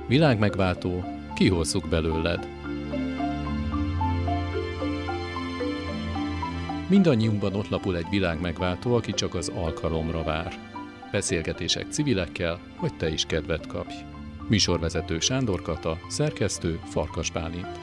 Világmegváltó, kihozzuk belőled. Mindannyiunkban ott lapul egy világmegváltó, aki csak az alkalomra vár. Beszélgetések civilekkel, hogy te is kedvet kapj. Műsorvezető Sándor Kata, szerkesztő Farkas Bálint.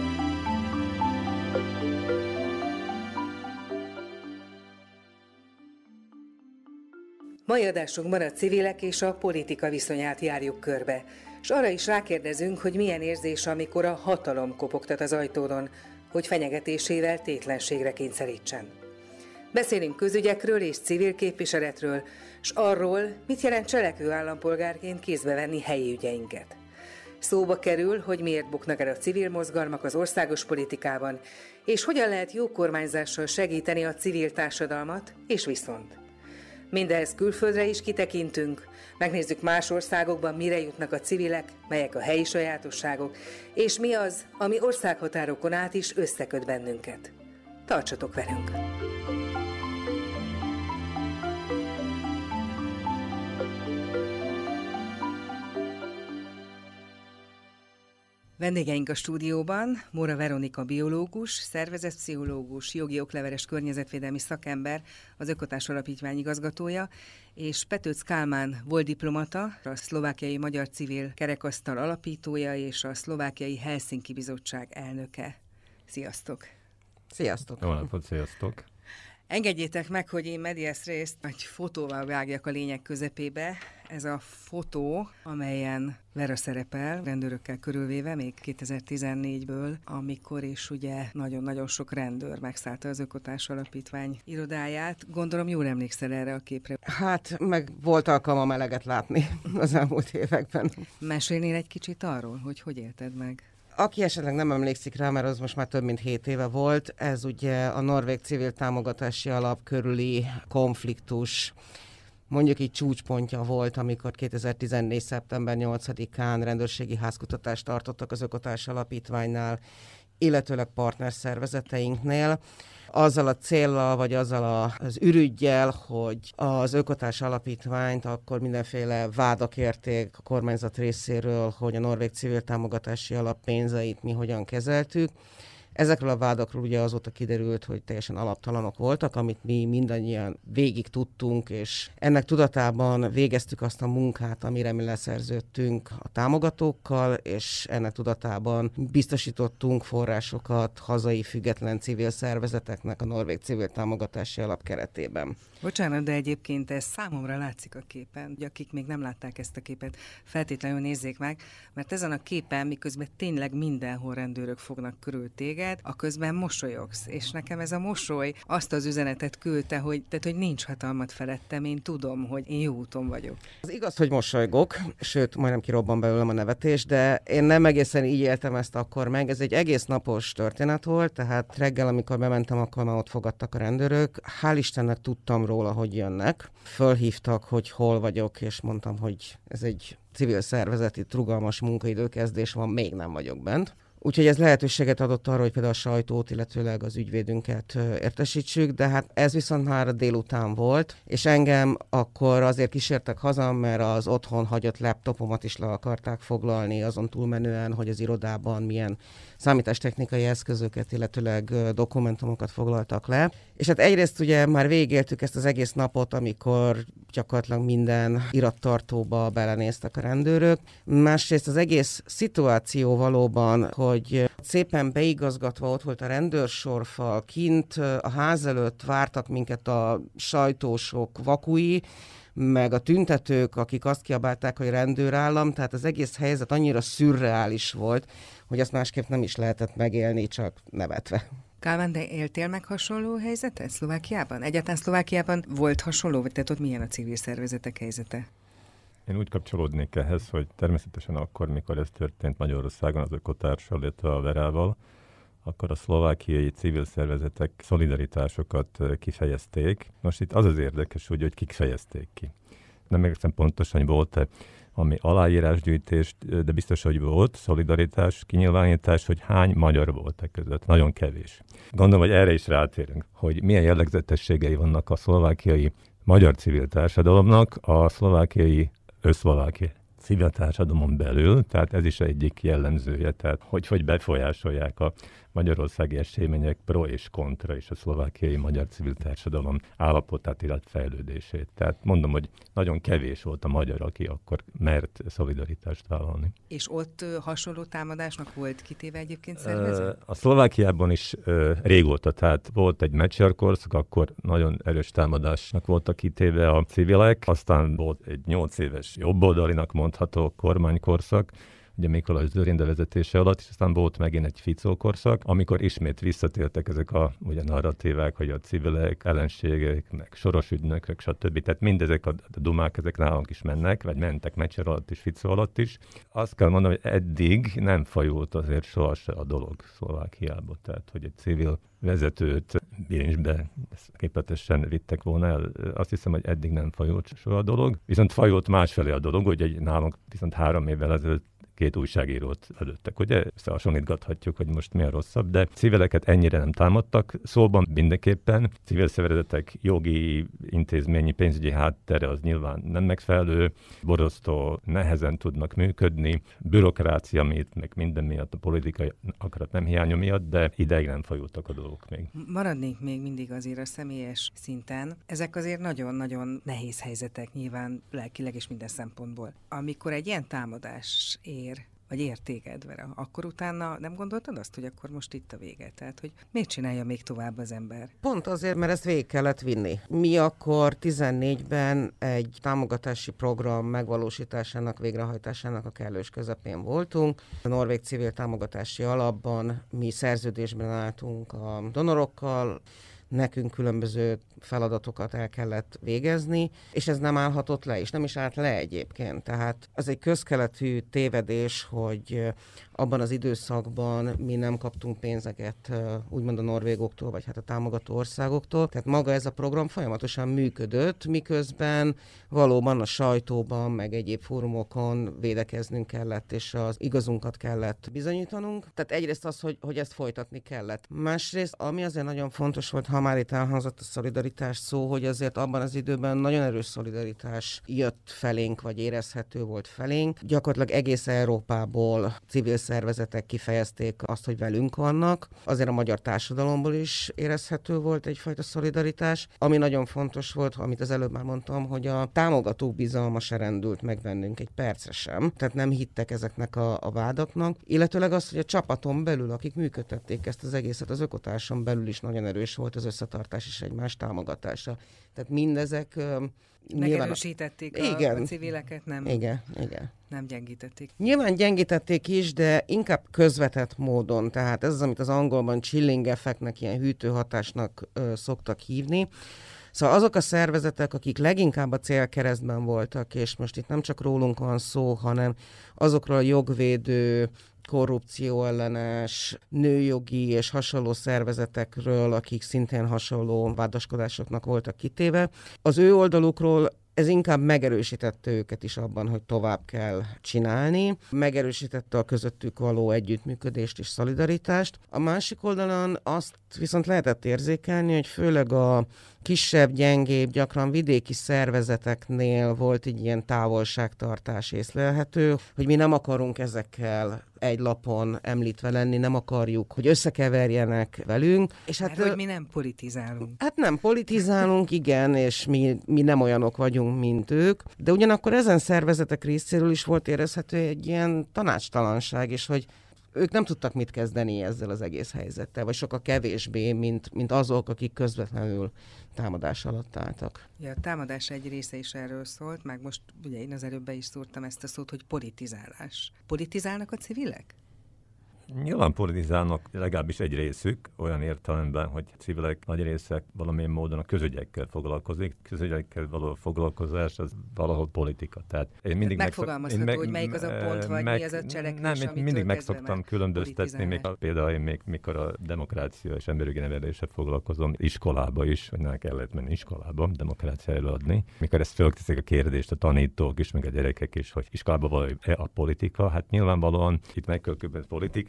Mai adásunkban a civilek és a politika viszonyát járjuk körbe, és arra is rákérdezünk, hogy milyen érzés, amikor a hatalom kopogtat az ajtódon, hogy fenyegetésével tétlenségre kényszerítsen. Beszélünk közügyekről és civil képviseletről, és arról, mit jelent cselekvő állampolgárként kézbe venni helyi ügyeinket. Szóba kerül, hogy miért buknak el a civil mozgalmak az országos politikában, és hogyan lehet jó kormányzással segíteni a civil társadalmat, és viszont. Mindehhez külföldre is kitekintünk, megnézzük más országokban, mire jutnak a civilek, melyek a helyi sajátosságok, és mi az, ami országhatárokon át is összeköt bennünket. Tartsatok velünk! Vendégeink a stúdióban Móra Veronika biológus, szervezetpszichológus, jogi okleveles környezetvédelmi szakember, az Ökotárs Alapítvány igazgatója, és Petőc Kálmán volt diplomata, a szlovákiai Magyar Civil Kerekasztal alapítója és a szlovákiai Helsinki Bizottság elnöke. Sziasztok! Sziasztok! Jó napot, sziasztok! Engedjétek meg, hogy én medias res egy fotóval vágjak a lényeg közepébe. Ez a fotó, amelyen Vera szerepel, rendőrökkel körülvéve, még 2014-ből, amikor is ugye nagyon-nagyon sok rendőr megszállta az Ökotárs Alapítvány irodáját. Gondolom, jól emlékszel erre a képre. Hát, meg volt alkalmam eleget látni az elmúlt években. Mesélnél egy kicsit arról, hogy élted meg? Aki esetleg nem emlékszik rá, mert az most már több mint 7 éve volt, ez ugye a Norvég Civil Támogatási Alap körüli konfliktus, mondjuk így csúcspontja volt, amikor 2014. szeptember 8-án rendőrségi házkutatást tartottak az Ökotárs Alapítványnál, illetőleg partnerszervezeteinknél, azzal a céllal, vagy azzal az ürüggyel, hogy az Ökotárs Alapítványt akkor mindenféle vádak érték a kormányzat részéről, hogy a Norvég Civil Támogatási Alap pénzeit mi hogyan kezeltük. Ezekről a vádakról ugye azóta kiderült, hogy teljesen alaptalanok voltak, amit mi mindannyian végig tudtunk, és ennek tudatában végeztük azt a munkát, amire mi leszerződtünk a támogatókkal, és ennek tudatában biztosítottunk forrásokat hazai független civil szervezeteknek a Norvég Civil Támogatási Alap keretében. Bocsánat, de egyébként ez számomra látszik a képen, hogy akik még nem látták ezt a képet, feltétlenül nézzék meg, mert ezen a képen, miközben tényleg mindenhol rendőrök fognak körül téged, aközben mosolyogsz, és nekem ez a mosoly azt az üzenetet küldte, hogy nincs hatalmat felettem, én tudom, hogy én jó úton vagyok. Az igaz, hogy mosolygok, sőt, majdnem kirobban belőlem a nevetés, de én nem egészen így éltem ezt akkor meg. Ez egy egész napos történet volt, tehát reggel, amikor bementem, akkor már ott fogadtak a rendőrök. Hál' Istennek tudtam róla, hogy jönnek. Fölhívtak, hogy hol vagyok, és mondtam, hogy ez egy civil szervezeti, rugalmas munkaidőkezdés van, még nem vagyok bent. Úgyhogy ez lehetőséget adott arra, hogy például a sajtót, illetőleg az ügyvédünket értesítsük, de hát ez viszont már délután volt, és engem akkor azért kísértek haza, mert az otthon hagyott laptopomat is le akarták foglalni, azon túlmenően, hogy az irodában milyen számítástechnikai eszközöket, illetőleg dokumentumokat foglaltak le. És hát egyrészt ugye már végigéltük ezt az egész napot, amikor gyakorlatilag minden irattartóba belenéztek a rendőrök. Másrészt az egész szituáció valóban, hogy szépen beigazgatva ott volt a rendőrsorfal, kint a ház előtt vártak minket a sajtósok, vakui, meg a tüntetők, akik azt kiabálták, hogy rendőrállam, tehát az egész helyzet annyira szürreális volt, hogy azt másképp nem is lehetett megélni, csak nevetve. Kálmán, de éltél meg hasonló helyzetet Szlovákiában? Egyáltalán Szlovákiában volt hasonló, vagy tehát ott milyen a civil szervezetek helyzete? Én úgy kapcsolódnék ehhez, hogy természetesen akkor, mikor ez történt Magyarországon az Ökotárssal, illetve a Verával, akkor a szlovákiai civil szervezetek szolidaritásokat kifejezték. Most itt az az érdekes, hogy kik fejezték ki. Nem emlékszem pontosan, hogy volt-e ami aláírásgyűjtés, de biztos, hogy volt szolidaritás kinyilvánítás, hogy hány magyar volt között. Nagyon kevés. Gondolom, hogy erre is rátérünk, hogy milyen jellegzetességei vannak a szlovákiai magyar civil társadalomnak a szlovákiai összszlovákiai civil társadalmon belül, tehát ez is egyik jellemzője, tehát hogy befolyásolják a magyarországi események pro és kontra és a szlovákiai magyar civil társadalom állapotát, illetve fejlődését. Tehát mondom, hogy nagyon kevés volt a magyar, aki akkor mert szolidaritást vállalni. És ott hasonló támadásnak volt kitéve egyébként szervezet? A Szlovákiában is régóta, tehát volt egy Mečiar korszak, akkor nagyon erős támadásnak voltak kitéve a civilek, aztán volt egy 8 éves jobboldalinak mondható kormánykorszak, ugye Mikolaj Dzsurinda vezetése alatt, és aztán volt megint egy Fico korszak, amikor ismét visszatértek ezek a ugye narratívák, hogy a civilek, ellenségek, meg soros ügynökök, stb. Tehát mindezek a dumák, ezek nálunk is mennek, vagy mentek Mečiar alatt is, Fico alatt is. Azt kell mondanom, hogy eddig nem fajult azért sohasem a dolog Szlovákiába, tehát hogy egy civil vezetőt bilincsbe képletesen vittek volna el. Azt hiszem, hogy eddig nem fajult soha a dolog. Viszont fajult másfelé a dolog, hogy nálunk viszont 3 évvel ezelőtt 2 újságírót lőttek. Ugye összehasonlítgathatjuk, hogy most milyen rosszabb, de civileket ennyire nem támadtak. Szóban mindenképpen civil szervezetek jogi, intézményi, pénzügyi háttere az nyilván nem megfelelő, borzasztó nehezen tudnak működni, bürokrácia miatt, meg minden miatt, a politikai akarat nem hiánya miatt, de ideig nem fajultak a dolgok még. Maradnék még mindig azért a személyes szinten. Ezek azért nagyon-nagyon nehéz helyzetek nyilván lelkileg és minden szempontból. Amikor egy ilyen támadás ér téged, Vera, akkor utána nem gondoltad azt, hogy akkor most itt a vége? Tehát, hogy miért csinálja még tovább az ember? Pont azért, mert ezt végig kellett vinni. Mi akkor 14-ben egy támogatási program megvalósításának, végrehajtásának a kellős közepén voltunk. A Norvég Civil Támogatási Alapban mi szerződésben álltunk a donorokkal, nekünk különböző feladatokat el kellett végezni, és ez nem állhatott le, és nem is állt le egyébként. Tehát ez egy közkeletű tévedés, hogy abban az időszakban mi nem kaptunk pénzeket úgymond a norvégoktól, vagy hát a támogató országoktól. Tehát maga ez a program folyamatosan működött, miközben valóban a sajtóban, meg egyéb fórumokon védekeznünk kellett, és az igazunkat kellett bizonyítanunk. Tehát egyrészt az, hogy ezt folytatni kellett. Másrészt, ami azért nagyon fontos volt, ha már itt elhangzott a szolidaritás szó, hogy azért abban az időben nagyon erős szolidaritás jött felénk, vagy érezhető volt felénk. Gyakorlatilag egész Európából civil szervezetek kifejezték azt, hogy velünk vannak. Azért a magyar társadalomból is érezhető volt egyfajta szolidaritás. Ami nagyon fontos volt, amit az előbb már mondtam, hogy a támogatók bizalma se rendült meg bennünk egy percre sem. Tehát nem hittek ezeknek a vádaknak. Illetőleg az, hogy a csapaton belül, akik működtették ezt az egészet, az ökotárson belül is nagyon erős volt az összetartás és egymás támogatása. Tehát mindezek megerősítették a civileket, nem? Igen. Nem gyengítették. Nyilván gyengítették is, de inkább közvetett módon. Tehát ez az, amit az angolban chilling effektnek, ilyen hűtőhatásnak szoktak hívni. Szóval azok a szervezetek, akik leginkább a célkeresztben voltak, és most itt nem csak rólunk van szó, hanem azokról a jogvédő, korrupcióellenes, nőjogi és hasonló szervezetekről, akik szintén hasonló vádaskodásoknak voltak kitéve. Az ő oldalukról ez inkább megerősítette őket is abban, hogy tovább kell csinálni. Megerősítette a közöttük való együttműködést és szolidaritást. A másik oldalon azt viszont lehetett érzékelni, hogy főleg a kisebb, gyengébb, gyakran vidéki szervezeteknél volt egy ilyen távolságtartás észlelhető, hogy mi nem akarunk ezekkel egy lapon említve lenni, nem akarjuk, hogy összekeverjenek velünk. És hát, hogy mi nem politizálunk. Hát nem politizálunk, igen, és mi nem olyanok vagyunk, mint ők, de ugyanakkor ezen szervezetek részéről is volt érezhető egy ilyen tanácstalanság, és hogy ők nem tudtak mit kezdeni ezzel az egész helyzettel, vagy sokkal kevésbé, mint azok, akik közvetlenül támadás alatt álltak. Ja, a támadás egy része is erről szólt, meg most ugye én az előbb be is szúrtam ezt a szót, hogy politizálás. Politizálnak a civilek? Nyilván politizálnak legalábbis egy részük, olyan értelemben, hogy civilek nagy része valamilyen módon a közügyekkel foglalkozik. Közügyekkel való foglalkozás az valahol politika. Tehát én mindig megfogalmazható, hogy melyik az a pont, vagy mi az a cselekvés, nem, mindig meg szoktam különböztetni, például mikor a demokrácia és emberjogi neveléssel foglalkozom, iskolába is, vagy nem kellett menni iskolába, demokrácia előadni. Mikor ezt fölteszik a kérdést a tanítók is, meg a gyerekek is, hogy iskolába való a politika, hát nyilvánvalóan itt megkölkülben politikát,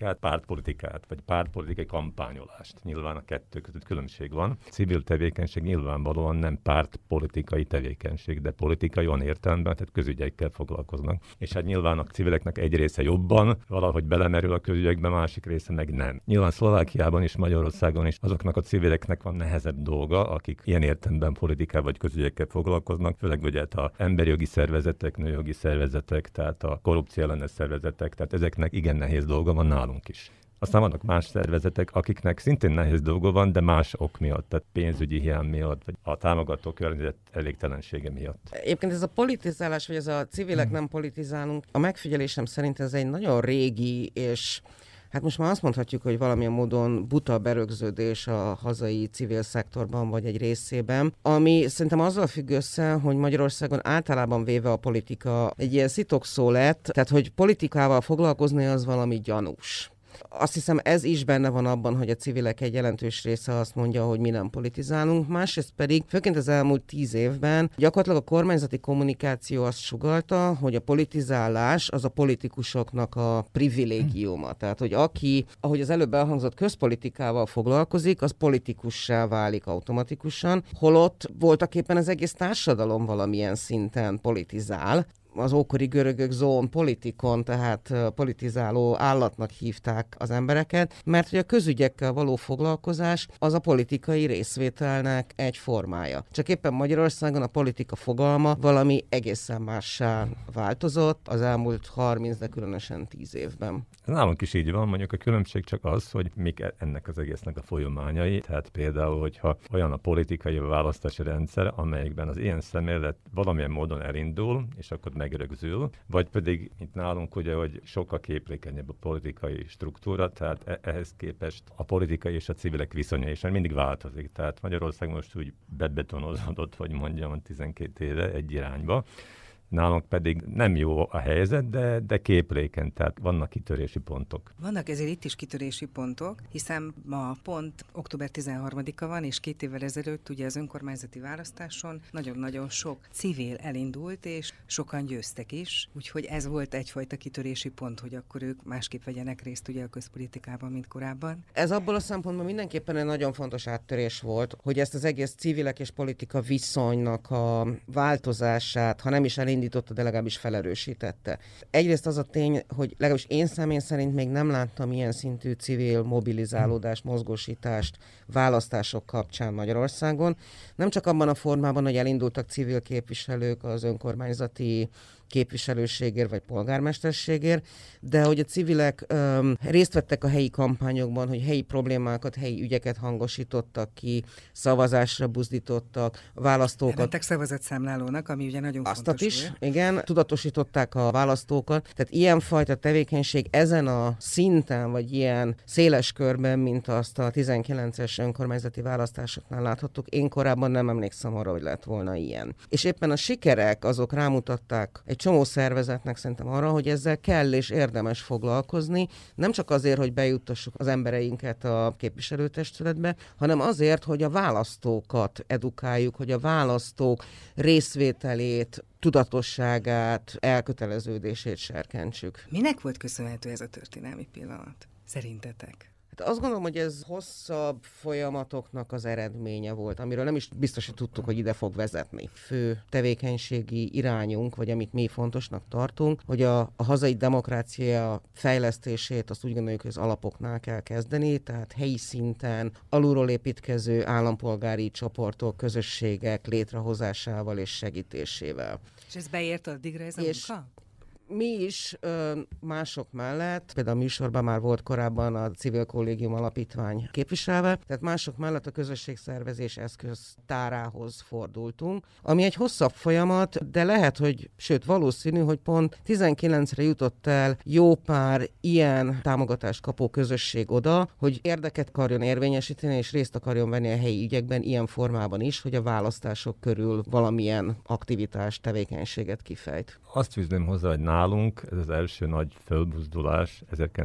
pártpolitikát, pártpolitikát, vagy pártpolitikai kampányolást. Nyilván a kettő között különbség van. Civil tevékenység nyilvánvalóan nem pártpolitikai tevékenység, de politikai olyan értelemben, tehát közügyekkel foglalkoznak. És hát nyilván a civileknek egy része jobban valahogy belemerül a közügyekbe, másik része meg nem. Nyilván Szlovákiában és Magyarországon is azoknak a civileknek van nehezebb dolga, akik ilyen értelemben politikával vagy közügyekkel foglalkoznak, főleg ugye a emberi jogi szervezetek, nőjogi szervezetek, tehát a korrupció ellenes szervezetek, tehát ezeknek igen nehéz dolga van nálunk is. Aztán vannak más szervezetek, akiknek szintén nehéz dolga van, de más ok miatt, tehát pénzügyi hiány miatt, vagy a támogató környezet elégtelensége miatt. Egyébként ez a politizálás, vagy ez a civilek nem politizálunk, a megfigyelésem szerint ez egy nagyon régi és hát most már azt mondhatjuk, hogy valamilyen módon buta berögződés a hazai civil szektorban, vagy egy részében, ami szerintem azzal függ össze, hogy Magyarországon általában véve a politika egy ilyen szitokszó lett, tehát hogy politikával foglalkozni az valami gyanús. Azt hiszem, ez is benne van abban, hogy a civilek egy jelentős része azt mondja, hogy mi nem politizálunk, másrészt pedig, főként az elmúlt 10 évben gyakorlatilag a kormányzati kommunikáció azt sugallta, hogy a politizálás az a politikusoknak a privilégiuma. Tehát, hogy aki, ahogy az előbb elhangzott, közpolitikával foglalkozik, az politikussá válik automatikusan, holott voltaképpen az egész társadalom valamilyen szinten politizál. Az ókori görögök zoon politikon, tehát politizáló állatnak hívták az embereket, mert hogy a közügyekkel való foglalkozás az a politikai részvételnek egy formája. Csak éppen Magyarországon a politika fogalma valami egészen mássá változott az elmúlt 30, de különösen 10 évben. Nálunk is így van, mondjuk a különbség csak az, hogy mik ennek az egésznek a folyamányai, tehát például, hogyha olyan a politikai választási rendszer, amelyikben az ilyen szemlélet valamilyen módon elindul, és akkor megrögzül, vagy pedig itt nálunk ugye, hogy sokkal képlékenyebb a politikai struktúra, tehát ehhez képest a politikai és a civilek viszonya is mindig változik. Tehát Magyarország most úgy bebetonozódott, hogy mondjam, 12 éve egy irányba. Nálunk pedig nem jó a helyzet, de képléken, tehát vannak kitörési pontok. Vannak ezért itt is kitörési pontok, hiszen ma pont október 13-a van, és 2 évvel ezelőtt ugye az önkormányzati választáson nagyon-nagyon sok civil elindult, és sokan győztek is, úgyhogy ez volt egyfajta kitörési pont, hogy akkor ők másképp vegyenek részt ugye a közpolitikában, mint korábban. Ez abból a szempontból mindenképpen egy nagyon fontos áttörés volt, hogy ezt az egész civilek és politika viszonynak a változását, ha nem is elindította, de legalábbis felerősítette. Egyrészt az a tény, hogy legalábbis én személy szerint még nem láttam ilyen szintű civil mobilizálódást, mozgósítást választások kapcsán Magyarországon. Nem csak abban a formában, hogy elindultak civil képviselők az önkormányzati képviselőségért vagy polgármesterségért, de hogy a civilek részt vettek a helyi kampányokban, hogy helyi problémákat, helyi ügyeket hangosítottak ki, szavazásra buzdítottak, választókat. Elmentek szavazatszámlálónak, ami ugye nagyon fontos. Azt is, igen, tudatosították a választókat. Tehát ilyenfajta tevékenység ezen a szinten, vagy ilyen széles körben, mint azt a 19-es önkormányzati választásoknál láthattuk, én korábban nem emlékszem arra, hogy lett volna ilyen. És éppen a sikerek azok rámutatták egy csomó szervezetnek szerintem arra, hogy ezzel kell és érdemes foglalkozni, nem csak azért, hogy bejuttassuk az embereinket a képviselőtestületbe, hanem azért, hogy a választókat edukáljuk, hogy a választók részvételét, tudatosságát, elköteleződését serkentsük. Minek volt köszönhető ez a történelmi pillanat, szerintetek? Azt gondolom, hogy ez hosszabb folyamatoknak az eredménye volt, amiről nem is biztos, hogy tudtuk, hogy ide fog vezetni. Fő tevékenységi irányunk, vagy amit mi fontosnak tartunk, hogy a hazai demokrácia fejlesztését azt úgy gondoljuk, hogy az alapoknál kell kezdeni, tehát helyi szinten alulról építkező állampolgári csoportok, közösségek létrehozásával és segítésével. És ez beért addigra ez a munka? Mi is mások mellett, például a műsorban már volt korábban a Civil Kollégium Alapítvány képviselve, tehát mások mellett a közösségszervezés eszköztárához fordultunk, ami egy hosszabb folyamat, de lehet, hogy, sőt valószínű, hogy pont 19-re jutott el jó pár ilyen támogatást kapó közösség oda, hogy érdeket akarjon érvényesíteni, és részt akarjon venni a helyi ügyekben ilyen formában is, hogy a választások körül valamilyen aktivitást, tevékenységet kifejt. Azt fűzném hozzá, hogy nálunk ez az első nagy fölbuzdulás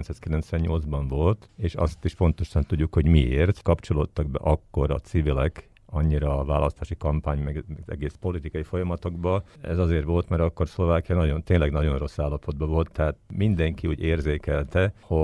1998-ban volt, és azt is pontosan tudjuk, hogy miért kapcsolódtak be akkor a civilek annyira a választási kampány, meg egész politikai folyamatokba. Ez azért volt, mert akkor Szlovákia tényleg nagyon rossz állapotban volt, tehát mindenki úgy érzékelte, hogy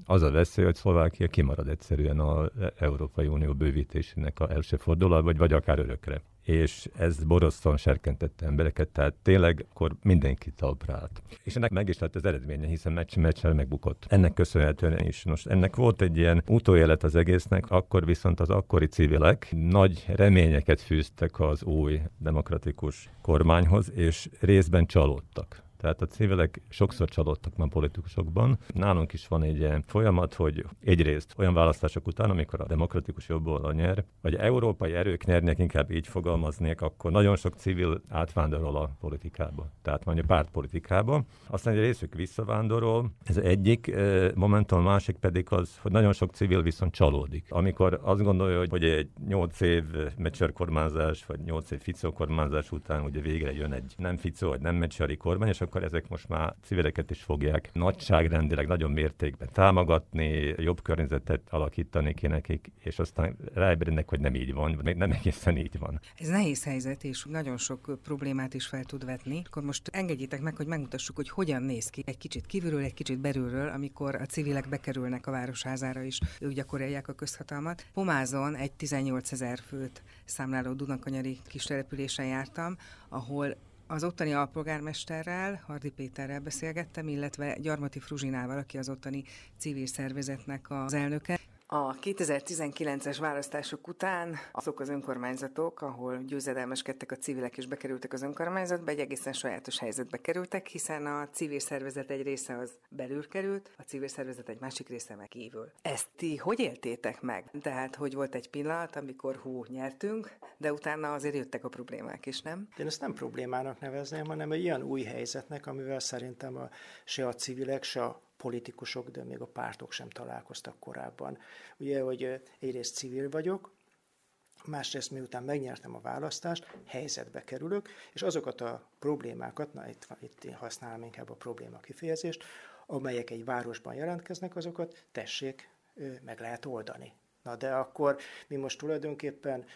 Az a veszély, hogy Szlovákia kimarad egyszerűen az Európai Unió bővítésének a első fordulatban, vagy akár örökre. És ez borzasztóan serkentette embereket, tehát tényleg akkor mindenki talpra állt. És ennek meg is lett az eredménye, hiszen meccsel megbukott. Ennek köszönhetően is. Most ennek volt egy ilyen utóélet az egésznek, akkor viszont az akkori civilek nagy reményeket fűztek az új demokratikus kormányhoz, és részben csalódtak. Tehát a civilek sokszor csalódtak már politikusokban. Nálunk is van egy ilyen folyamat, hogy egyrészt olyan választások után, amikor a demokratikus jobboldal nyer, vagy európai erők nyernek, inkább így fogalmaznék, akkor nagyon sok civil átvándorol a politikába. Tehát mondjuk pártpolitikába. Aztán egy részük visszavándorol. Ez egyik momentum, másik pedig az, hogy nagyon sok civil viszont csalódik. Amikor azt gondolja, hogy egy 8 év Mečiar kormányzás, vagy 8 év Fico kormányzás után ugye végre jön egy nem Fico, vagy nem Mečiari kormány, és akkor ezek most már civileket is fogják nagyságrendileg nagyon mértékben támogatni, jobb környezetet alakítani ki nekik, és aztán ráébrednek, hogy nem így van, vagy nem egészen így van. Ez nehéz helyzet, és nagyon sok problémát is fel tud vetni. Akkor most engedjétek meg, hogy megmutassuk, hogy hogyan néz ki egy kicsit kívülről, egy kicsit belülről, amikor a civilek bekerülnek a városházára, és ők gyakorolják a közhatalmat. Pomázon egy 18 000 főt számláló dunakanyari kis településen jártam, ahol az ottani alpolgármesterrel, Hardy Péterrel beszélgettem, illetve Gyarmati Fruzsinával, aki az ottani civil szervezetnek az elnöke. A 2019-es választások után azok az önkormányzatok, ahol győzedelmeskedtek a civilek és bekerültek az önkormányzatba, egy egészen sajátos helyzetbe kerültek, hiszen a civil szervezet egy része az belül került, a civil szervezet egy másik része meg kívül. Ezt ti hogy éltétek meg? Tehát, hogy volt egy pillanat, amikor nyertünk, de utána azért jöttek a problémák is, nem? Én ezt nem problémának nevezném, hanem egy ilyen új helyzetnek, amivel szerintem se a civilek, se a politikusok, de még a pártok sem találkoztak korábban. Ugye, hogy egyrészt civil vagyok, másrészt miután megnyertem a választást, helyzetbe kerülök, és azokat a problémákat, itt én használom inkább a probléma kifejezést, amelyek egy városban jelentkeznek, azokat tessék, meg lehet oldani. Na de akkor mi most tulajdonképpen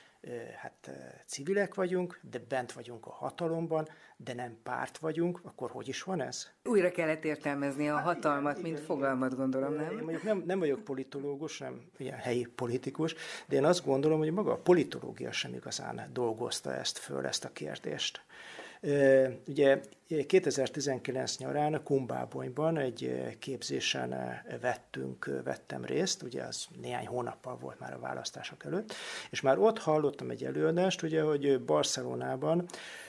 civilek vagyunk, de bent vagyunk a hatalomban, de nem párt vagyunk, akkor hogy is van ez? Újra kellett értelmezni a hatalmat, mint fogalmat, gondolom, nem? Én mondjuk nem vagyok politológus, nem ilyen helyi politikus, de én azt gondolom, hogy maga a politológia sem igazán dolgozta ezt a kérdést. Ugye 2019 nyarán Kumbábonyban egy képzésen vettem részt, ugye az néhány hónappal volt már a választások előtt, és már ott hallottam egy előadást, ugye, hogy Barcelonában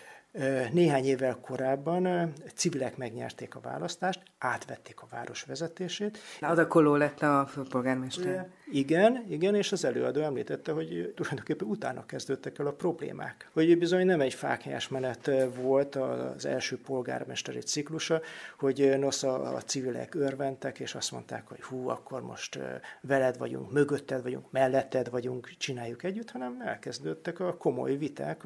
néhány évvel korábban civilek megnyerték a választást, átvették a város vezetését. Adakoló lett a főpolgármester. Igen, és az előadó említette, hogy tulajdonképpen utána kezdődtek el a problémák. Hogy bizony nem egy fáklyás menet volt az első polgármesteri ciklusa, hogy a civilek örventek, és azt mondták, hogy akkor most veled vagyunk, mögötted vagyunk, melletted vagyunk, csináljuk együtt, hanem elkezdődtek a komoly viták,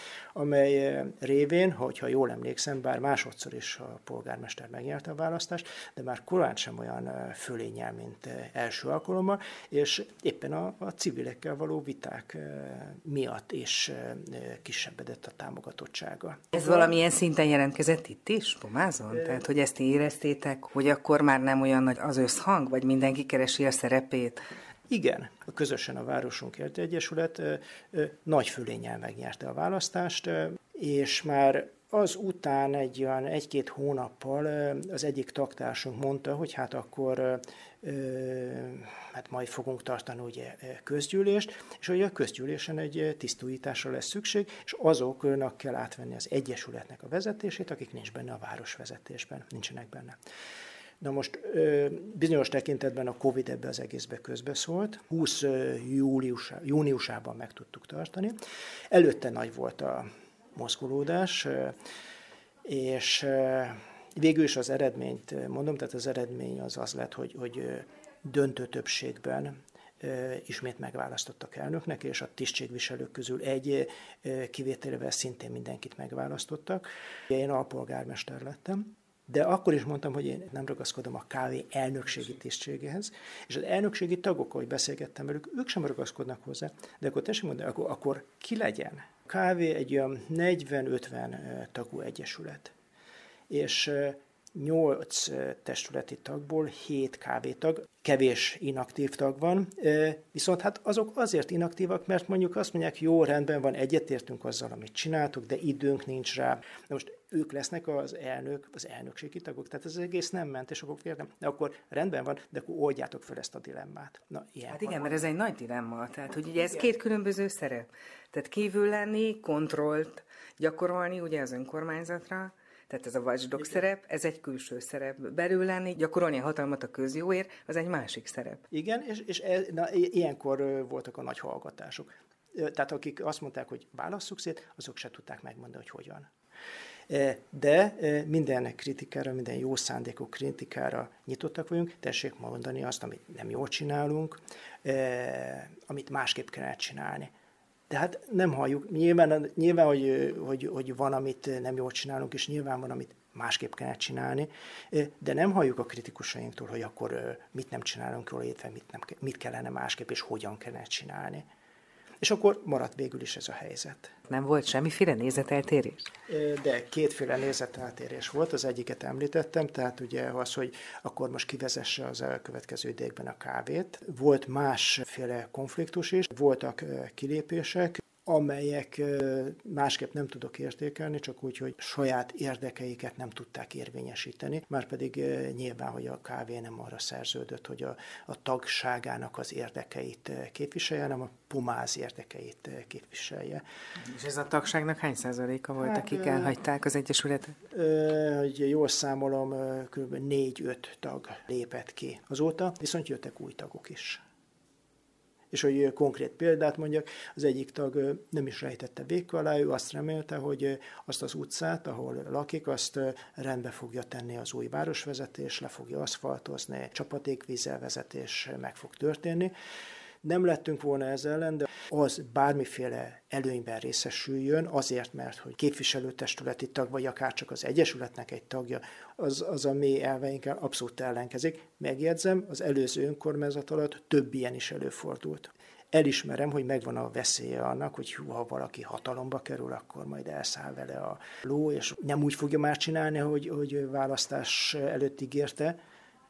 amely révén, hogyha jól emlékszem, bár másodszor is a polgármester megnyerte a választást, de már korán sem olyan fölénnyel, mint első alkalommal, és éppen a civilekkel való viták miatt is kisebbedett a támogatottsága. Ez valamilyen szinten jelentkezett itt is, Pomázon? Tehát, hogy ezt éreztétek, hogy akkor már nem olyan nagy az összhang, vagy mindenki keresi a szerepét? Igen, közösen a Városunkért Egyesület nagy fölénnyel megnyerte a választást, és már az után egy-két hónappal az egyik taktársunk mondta, hogy akkor majd fogunk tartani ugye közgyűlést, és hogy a közgyűlésen egy tisztújításra lesz szükség, és azoknak kell átvenni az egyesületnek a vezetését, akik nincs benne a városvezetésben, nincsenek benne. Na most bizonyos tekintetben a Covid ebbe az egészbe közbeszólt. 20 júniusában meg tudtuk tartani. Előtte nagy volt a mozgolódás, és végül is az eredményt mondom, tehát az eredmény az lett, hogy döntő többségben ismét megválasztottak elnöknek, és a tisztségviselők közül egy kivételével szintén mindenkit megválasztottak. Én alpolgármester lettem, de akkor is mondtam, hogy én nem ragaszkodom a KV elnökségi tisztségéhez, és az elnökségi tagok, ahogy beszélgettem velük, ők sem ragaszkodnak hozzá, de akkor tessék mondani, akkor ki legyen? A KV egy olyan 40-50 tagú egyesület, és 8 testületi tagból 7 KV-tag, kevés inaktív tag van, viszont hát azok azért inaktívak, mert mondjuk azt mondják, jó, rendben van, egyetértünk azzal, amit csináltuk, de időnk nincs rá. De most ők lesznek az elnökségi tagok, tehát ez egész nem ment, és akkor kérdem, de akkor rendben van, de akkor oldjátok fel ezt a dilemmát. Na, hát igen, mert ez egy nagy dilemma, tehát hogy ugye ez két különböző szerep. Tehát kívül lenni, kontrollt gyakorolni ugye az önkormányzatra, tehát ez a watchdog szerep, ez egy külső szerep. Belül lenni, gyakorolni a hatalmat a közjóért, az egy másik szerep. Igen, és ilyenkor voltak a nagy hallgatások. Tehát akik azt mondták, hogy válasszuk szét, azok se tudták megmondani, hogy hogyan. De minden kritikára, minden jó szándékú kritikára nyitottak vagyunk, tessék mondani azt, amit nem jól csinálunk, amit másképp kellene csinálni. De hát nem halljuk. Nyilván hogy van, amit nem jól csinálunk, és nyilván van, amit másképp kellene csinálni, de nem halljuk a kritikusainktól, hogy akkor mit nem csinálunk jól, illetve mit kellene másképp, és hogyan kellene csinálni. És akkor maradt végül is ez a helyzet. Nem volt semmiféle nézeteltérés? De kétféle nézeteltérés volt, az egyiket említettem, tehát ugye az, hogy akkor most kivezesse az elkövetkező időkben a kávét. Volt másféle konfliktus is, voltak kilépések, amelyek másképp nem tudok értékelni, csak úgy, hogy saját érdekeiket nem tudták érvényesíteni, márpedig nyilván, hogy a kávé nem arra szerződött, hogy a tagságának az érdekeit képviselje, hanem a pomáz érdekeit képviselje. És ez a tagságnak hány százaléka volt, hát, akik elhagyták az Egyesületet? Hogy jól számolom, kb. 4-5 tag lépett ki azóta, viszont jöttek új tagok is. És hogy konkrét példát mondjak, az egyik tag nem is rejtette véka alá, ő azt remélte, hogy azt az utcát, ahol lakik, azt rendbe fogja tenni az új városvezetés, le fogja aszfaltozni, csapadékvízelvezetés meg fog történni. Nem lettünk volna ez ellen, de az bármiféle előnyben részesüljön, azért, mert hogy képviselőtestületi tag, vagy akár csak az Egyesületnek egy tagja, az a mi elveinkkel abszolút ellenkezik. Megjegyzem, az előző önkormányzat alatt több ilyen is előfordult. Elismerem, hogy megvan a veszélye annak, hogy ha valaki hatalomba kerül, akkor majd elszáll vele a ló, és nem úgy fogja már csinálni, hogy választás előtt ígérte,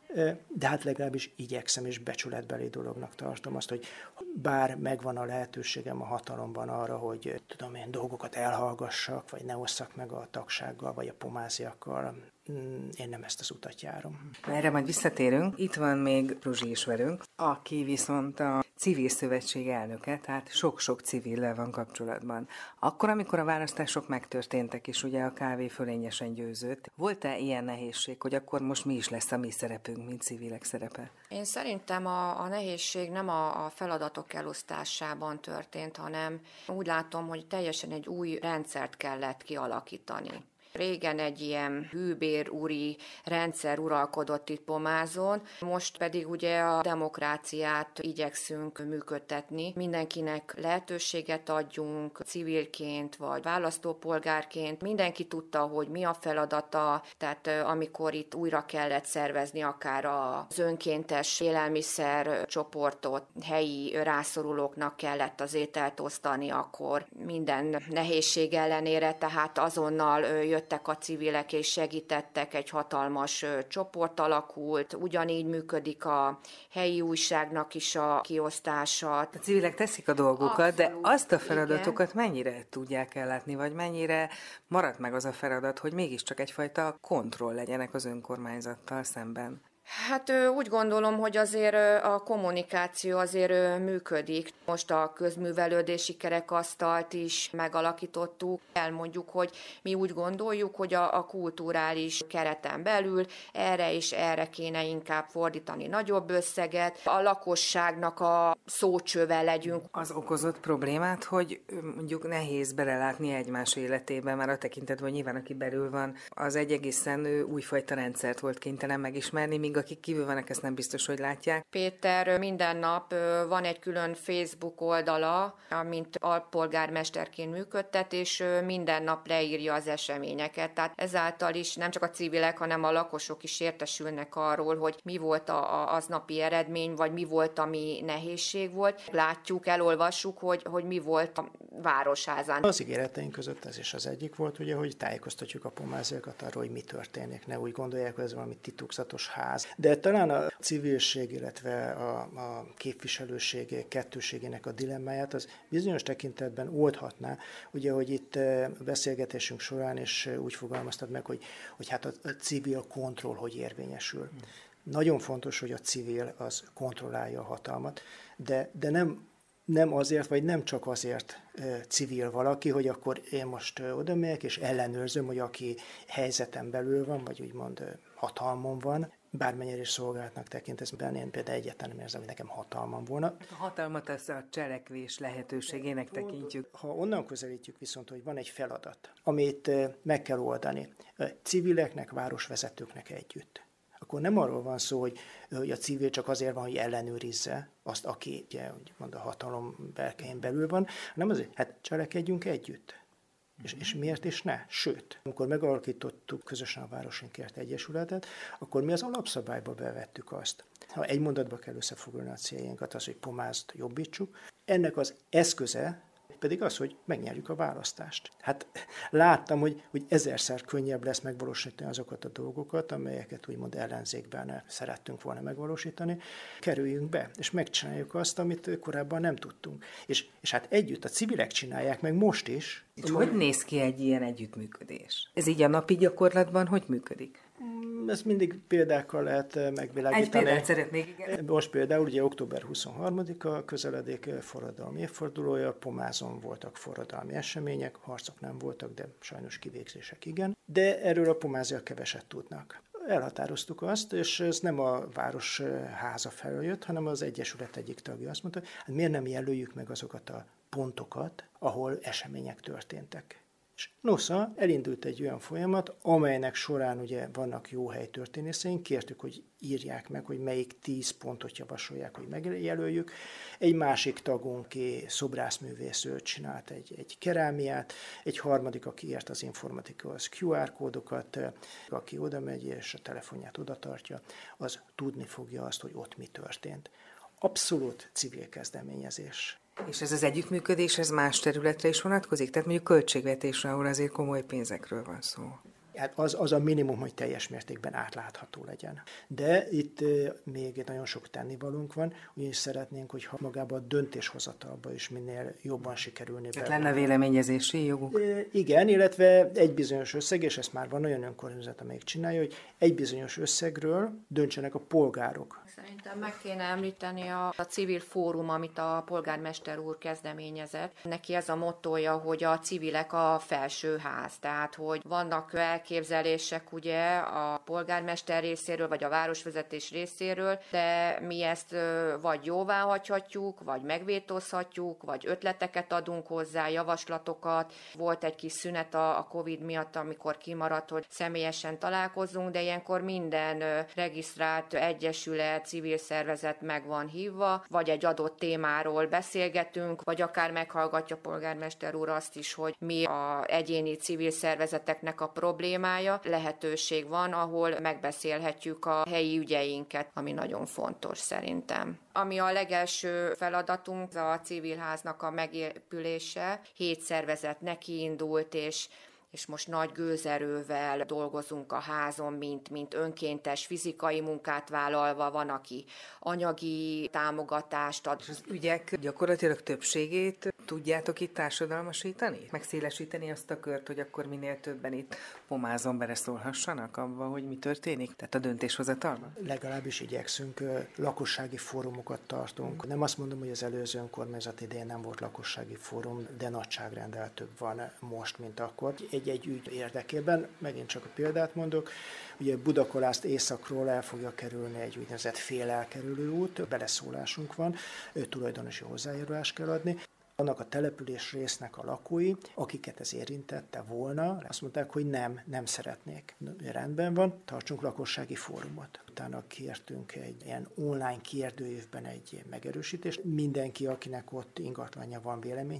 de hát legalábbis igyekszem, és becsületbeli dolognak tartom azt, hogy bár megvan a lehetőségem a hatalomban arra, hogy tudom én dolgokat elhallgassak, vagy ne osszak meg a tagsággal, vagy a pomáziakkal, én nem ezt az utat járom. Erre majd visszatérünk. Itt van még Ruzsi is velünk, aki viszont a civil szövetség elnöke, tehát sok-sok civillel van kapcsolatban. Akkor, amikor a választások megtörténtek, és ugye a kávé fölényesen győzött, volt-e ilyen nehézség, hogy akkor most mi is lesz a mi szerepünk, mint civilek szerepe? Én szerintem a nehézség nem a feladatok elosztásában történt, hanem úgy látom, hogy teljesen egy új rendszert kellett kialakítani. Régen egy ilyen hűbér-úri rendszer uralkodott itt Pomázon, most pedig ugye a demokráciát igyekszünk működtetni. Mindenkinek lehetőséget adjunk civilként vagy választópolgárként. Mindenki tudta, hogy mi a feladata, tehát amikor itt újra kellett szervezni akár az önkéntes élelmiszer csoportot, helyi rászorulóknak kellett az ételt osztani, akkor minden nehézség ellenére, tehát azonnal jöttek a civilek és segítettek, egy hatalmas csoport alakult, ugyanígy működik a helyi újságnak is a kiosztása. A civilek teszik a dolgukat, abszolút, de azt a feladatokat igen, mennyire tudják ellátni, vagy mennyire maradt meg az a feladat, hogy mégiscsak egyfajta kontroll legyenek az önkormányzattal szemben? Hát úgy gondolom, hogy azért a kommunikáció azért működik. Most a közművelődési kerekasztalt is megalakítottuk. Elmondjuk, hogy mi úgy gondoljuk, hogy a kulturális kereten belül erre és erre kéne inkább fordítani nagyobb összeget. A lakosságnak a szócsöve legyünk. Az okozott problémát, hogy mondjuk nehéz belelátni egymás életébe, már a tekintetben, hogy nyilván aki belül van, az egy egészen újfajta rendszert volt kénytelen megismerni, míg még akik kívül vannak, ezt nem biztos, hogy látják. Péter minden nap van egy külön Facebook oldala, amint alpolgármesterként működtet, és minden nap leírja az eseményeket. Tehát ezáltal is nem csak a civilek, hanem a lakosok is értesülnek arról, hogy mi volt az aznapi eredmény, vagy mi volt, ami nehézség volt. Látjuk, elolvassuk, hogy mi volt a városházán. Az ígéreteink között ez is az egyik volt, ugye, hogy tájékoztatjuk a pomáziakat arról, hogy mi történik. Ne úgy gondolják, hogy ez valami titokzatos ház. De talán a civilség, illetve a képviselőség kettőségének a dilemmáját az bizonyos tekintetben oldhatná. Ugye, hogy itt a beszélgetésünk során is úgy fogalmaztad meg, hogy hát a civil kontroll hogy érvényesül. Nagyon fontos, hogy a civil az kontrollálja a hatalmat, de nem azért, vagy nem csak azért civil valaki, hogy akkor én most oda megyek, és ellenőrzöm, hogy aki helyzeten belül van, vagy úgymond hatalmon van, bármennyire is szolgálatnak tekint, ezben én például egyáltalán nem érzem, hogy nekem hatalmam volna. A hatalmat az a cselekvés lehetőségének tekintjük. Ha onnan közelítjük viszont, hogy van egy feladat, amit meg kell oldani civileknek, városvezetőknek együtt, akkor nem arról van szó, hogy a civil csak azért van, hogy ellenőrizze azt, aki ugye, úgymond a hatalom berkein belül van, hanem azért, hát cselekedjünk együtt. És miért is ne? Sőt, amikor megalakítottuk közösen a Városinkért Egyesületet, akkor mi az alapszabályba bevettük azt. Ha egy mondatba kell összefoglalni a céljainkat, az, hogy Pomázt jobbítsuk, ennek az eszköze pedig az, hogy megnyerjük a választást. Hát láttam, hogy ezerszer könnyebb lesz megvalósítani azokat a dolgokat, amelyeket úgymond ellenzékben szerettünk volna megvalósítani. Kerüljünk be, és megcsináljuk azt, amit korábban nem tudtunk. És hát együtt a civilek csinálják meg most is. Hogy néz ki egy ilyen együttműködés? Ez így a napi gyakorlatban hogy működik? Ezt mindig példákkal lehet megvilágítani. Egy példát szeretnék, igen. Most például ugye október 23-a közeledik forradalmi évfordulója, Pomázon voltak forradalmi események, harcok nem voltak, de sajnos kivégzések igen. De erről a pomáziak keveset tudnak. Elhatároztuk azt, és ez nem a városháza felől jött, hanem az Egyesület egyik tagja azt mondta, hát miért nem jelöljük meg azokat a pontokat, ahol események történtek. És nosza elindult egy olyan folyamat, amelynek során ugye vannak jó helytörténészeink, kértük, hogy írják meg, hogy melyik 10 pontot javasolják, hogy megjelöljük. Egy másik tagunk, szobrászművész, ő csinált egy kerámiát, egy harmadik, aki ért az informatika, az QR kódokat, aki oda megy és a telefonját oda tartja, az tudni fogja azt, hogy ott mi történt. Abszolút civil kezdeményezés. És ez az együttműködés, ez más területre is vonatkozik? Tehát mondjuk költségvetésre, ahol azért komoly pénzekről van szó. Hát az a minimum, hogy teljes mértékben átlátható legyen. De itt még nagyon sok tennivalónk van, ugyanis szeretnénk, hogyha magában a döntéshozatalba is minél jobban sikerülni. Tehát lenne véleményezési joguk? Igen, illetve egy bizonyos összeg, és ezt már van olyan önkormányzat, amelyik csinálja, hogy egy bizonyos összegről döntsenek a polgárok. Szerintem meg kéne említeni a civil fórum, amit a polgármester úr kezdeményezett. Neki ez a mottója, hogy a civilek a felsőház, tehát hogy vannak elképzelések ugye a polgármester részéről, vagy a városvezetés részéről, de mi ezt vagy jóvá hagyhatjuk, vagy megvétózhatjuk, vagy ötleteket adunk hozzá, javaslatokat. Volt egy kis szünet a Covid miatt, amikor kimaradt, hogy személyesen találkozzunk, de ilyenkor minden regisztrált egyesület, civil szervezet meg van hívva, vagy egy adott témáról beszélgetünk, vagy akár meghallgatja a polgármester úr azt is, hogy mi az egyéni civil szervezeteknek a problémája. Lehetőség van, ahol megbeszélhetjük a helyi ügyeinket, ami nagyon fontos szerintem. Ami a legelső feladatunk, a civilháznak a megépülése. 7 szervezet nekiindult, és most nagy gőzerővel dolgozunk a házon, mint önkéntes fizikai munkát vállalva, van, aki anyagi támogatást ad. És az ügyek gyakorlatilag többségét tudjátok itt társadalmasítani? Megszélesíteni azt a kört, hogy akkor minél többen itt Pomázon beleszólhassanak abba, hogy mi történik? Tehát a döntéshozatalban? Legalábbis igyekszünk, lakossági fórumokat tartunk. Nem azt mondom, hogy az előző önkormányzat idején nem volt lakossági fórum, de nagyságrendel több van most, mint akkor. Egy ügy érdekében, megint csak a példát mondok, ugye Budakolászt északról el fogja kerülni egy úgynevezett félelkerülő út, beleszólásunk van, tulajdonosi hozzájárulást kell adni. Annak a település résznek a lakói, akiket ez érintette volna, azt mondták, hogy nem szeretnék. Rendben van, tartsunk lakossági fórumot. Utána kértünk egy ilyen online kérdőívben egy megerősítést. Mindenki, akinek ott ingatlanja van, véleményt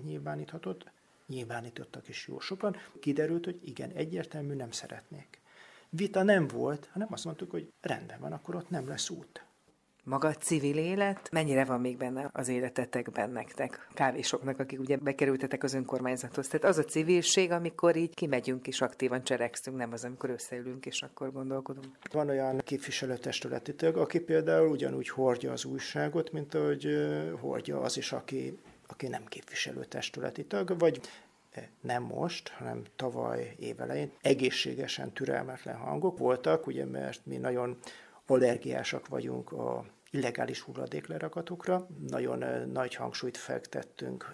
nyilvánítottak is jó sokan. Kiderült, hogy igen, egyértelmű, nem szeretnék. Vita nem volt, hanem azt mondtuk, hogy rendben van, akkor ott nem lesz út. Maga a civil élet, mennyire van még benne az életetekben nektek, kávésoknak, akik ugye bekerültetek az önkormányzathoz? Tehát az a civilség, amikor így kimegyünk és aktívan cselekszünk, nem az, amikor összeülünk és akkor gondolkodunk. Van olyan képviselőtestületi tag, aki például ugyanúgy hordja az újságot, mint ahogy hordja az is, aki nem képviselőtestületi tag, vagy nem most, hanem tavaly évelején egészségesen türelmetlen hangok voltak, ugye, mert mi nagyon allergiásak vagyunk a illegális hulladéklerakatokra. Nagyon nagy hangsúlyt fektettünk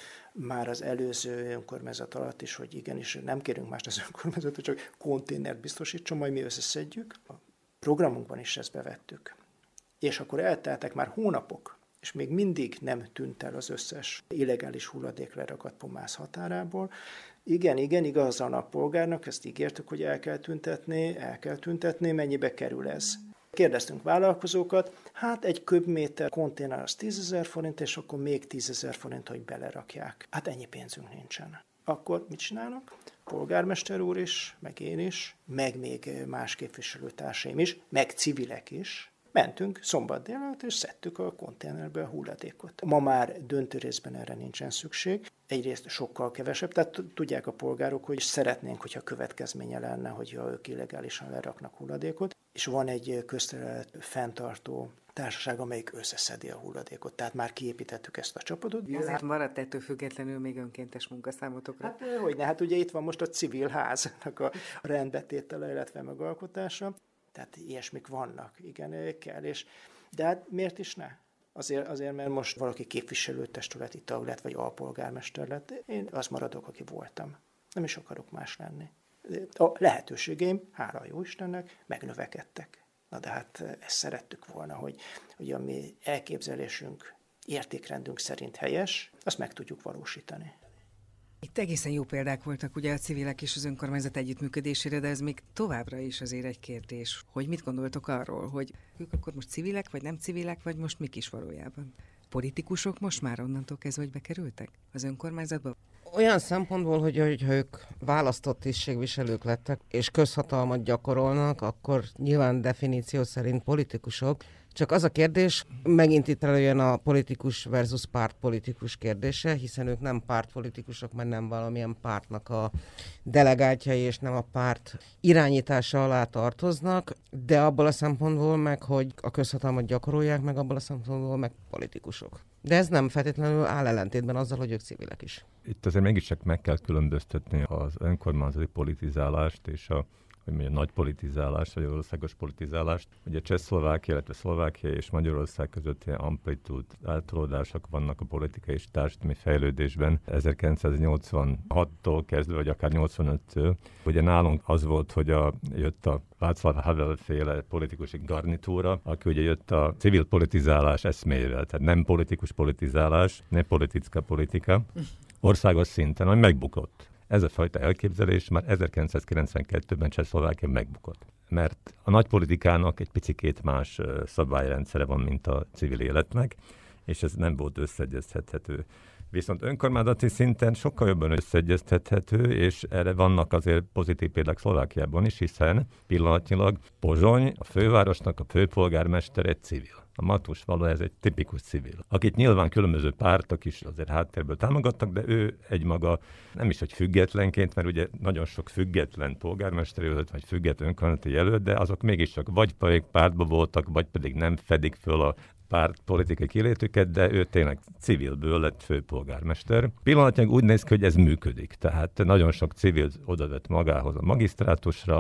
már az előző önkormányzat alatt is, hogy igenis nem kérünk mást az önkormányzatot, csak konténert biztosítson, majd mi összeszedjük. A programunkban is ezt bevettük. És akkor elteltek már hónapok, és még mindig nem tűnt el az összes illegális hulladéklerakat Pomász határából. Igen, igazán a polgárnak ezt ígértük, hogy el kell tüntetni, mennyibe kerül ez. Kérdeztünk vállalkozókat, hát egy köbméter konténer az 10 000 forint, és akkor még 10 000 forint, hogy belerakják. Hát ennyi pénzünk nincsen. Akkor mit csinálnak? Polgármester úr is, meg én is, meg még más képviselőtársaim is, meg civilek is. Mentünk szombat délelőtt, és szedtük a konténerbe a hulladékot. Ma már döntő részben erre nincsen szükség. Egyrészt sokkal kevesebb, tehát tudják a polgárok, hogy szeretnénk, hogyha következménye lenne, hogyha ők illegálisan leraknak hulladékot, és van egy közterület fenntartó társaság, amelyik összeszedi a hulladékot. Tehát már kiépítettük ezt a csapatot. Azért maradt ettől függetlenül még önkéntes munkaszámotokra? Hát hogyne, hát ugye itt van most a civil háznak a rendbetétele, illetve megalkotása. Tehát ilyesmik vannak, igen, kell. De hát miért is ne? Azért, mert most valaki képviselőtestületi tag lett, vagy alpolgármester lett. Én az maradok, aki voltam. Nem is akarok más lenni. A lehetőségeim, hála jó Istennek, megnövekedtek. Na de hát ezt szerettük volna, hogy a mi elképzelésünk, értékrendünk szerint helyes, azt meg tudjuk valósítani. Itt egészen jó példák voltak ugye a civilek és az önkormányzat együttműködésére, de ez még továbbra is azért egy kérdés, hogy mit gondoltok arról, hogy ők akkor most civilek, vagy nem civilek, vagy most mik is valójában? Politikusok most már onnantól kezdve, hogy bekerültek az önkormányzatba? Olyan szempontból, hogy ők választott tisztségviselők lettek, és közhatalmat gyakorolnak, akkor nyilván definíció szerint politikusok. Csak az a kérdés, megint itt előjön a politikus versus pártpolitikus kérdése, hiszen ők nem pártpolitikusok, mert nem valamilyen pártnak a delegáltjai, és nem a párt irányítása alá tartoznak, de abból a szempontból meg, hogy a közhatalmat gyakorolják, meg abból a szempontból meg politikusok. De ez nem feltétlenül áll ellentétben azzal, hogy ők civilek is. Itt azért mégiscsak meg kell különböztetni az önkormányzati politizálást és a nagy politizálást, vagy országos politizálást. Ugye Csehszlovákia, illetve Szlovákia és Magyarország közötti amplitúd eltolódások vannak a politikai és társadalmi fejlődésben 1986-tól kezdve, vagy akár 85-től. Ugye nálunk az volt, hogy jött a Václav Havel-féle politikusi garnitúra, aki ugye jött a civil politizálás eszméjével, tehát nem politikus politizálás, nem politická politika, országos szinten, ami megbukott. Ez a fajta elképzelés már 1992-ben Csehszlovákia megbukott. Mert a nagypolitikának egy picikét más szabályrendszere van, mint a civil életnek, és ez nem volt összeegyeztethető. Viszont önkormányzati szinten sokkal jobban összeegyeztethető, és erre vannak azért pozitív példák Szlovákiában is, hiszen pillanatnyilag Pozsony, a fővárosnak a főpolgármestere egy civil. A Matus Való, ez egy tipikus civil, akit nyilván különböző pártok is azért háttérből támogattak, de ő egymaga nem is, hogy függetlenként, mert ugye nagyon sok független polgármesterjelölt, vagy független önkormányzati jelölt, de azok mégiscsak vagy pártban voltak, vagy pedig nem fedik föl a párt politikai kilétüket, de ő tényleg civilből lett főpolgármester. Pillanatnyilag úgy néz ki, hogy ez működik, tehát nagyon sok civil odavett magához a magisztrátusra,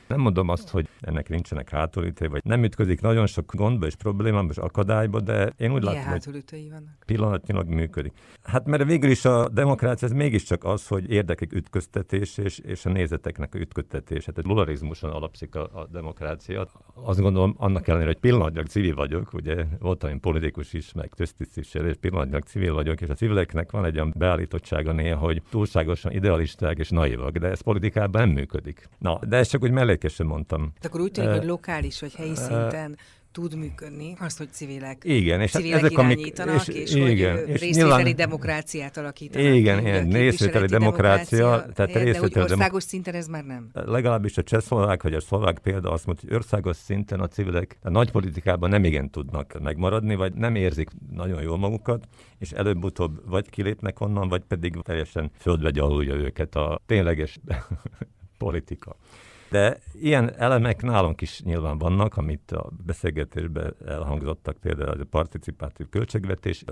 Nem mondom azt, hogy ennek nincsenek hátulütői, vagy nem ütközik nagyon sok gondba és problémába és akadályba, de én úgy látom, hátulütői vannak? Pillanatnyilag működik. Hát mert végül is a demokrácia ez mégiscsak az, hogy érdekek ütköztetés és a nézeteknek a ütköztetés. Hát a pluralizmuson alapszik a demokrácia. Azt gondolom, annak ellenére, hogy pillanatnyilag civil vagyok, ugye voltam én politikus is, meg köztisztviselő, és pillanatnyilag civil vagyok, és a civileknek van egy olyan beállítottsága néha, hogy túlságosan idealisták és naivak, de ez politikában nem működik. Na, de ezt csak úgy mellékesen mondtam. De akkor úgy tűnik, hogy lokális vagy helyi szinten tud működni, azt, hogy civilek ezek, irányítanak, és hogy részvételi demokráciát alakítanak. Igen, részvételi demokrácia. De hogy országos szinten ez már nem. Legalábbis a csehszlovák vagy a szlovák példa azt mondja, hogy országos szinten a civilek a nagy politikában nem igen tudnak megmaradni, vagy nem érzik nagyon jól magukat, és előbb-utóbb vagy kilépnek onnan, vagy pedig teljesen földbe gyalulja őket a tényleges politika. De ilyen elemek nálunk is nyilván vannak, amit a beszélgetésben elhangzottak, például a participatív költségvetés.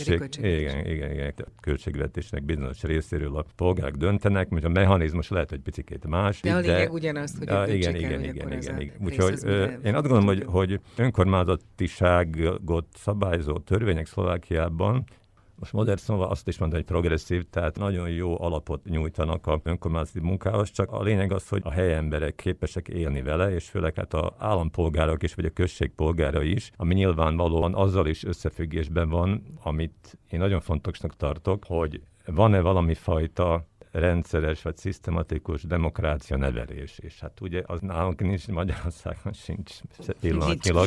Igen, költségvetésnek bizonyos részéről a polgárok döntenek, most a mechanizmus lehet, hogy picikét más. De a lényeg ugyanaz, hogy igen. Úgyhogy én azt gondolom, hogy önkormányzatiságot szabályozó törvények Szlovákiában, most modern szóval azt is mondani, hogy progresszív, tehát nagyon jó alapot nyújtanak a önkormányzati munkához, csak a lényeg az, hogy a helyi emberek képesek élni vele, és főleg hát az állampolgárok is, vagy a község polgárai is, ami nyilvánvalóan azzal is összefüggésben van, amit én nagyon fontosnak tartok, hogy van-e valami fajta rendszeres vagy szisztematikus demokrácia nevelés. És hát ugye az nálunk nincs, Magyarországon sincs pillanatnyilag.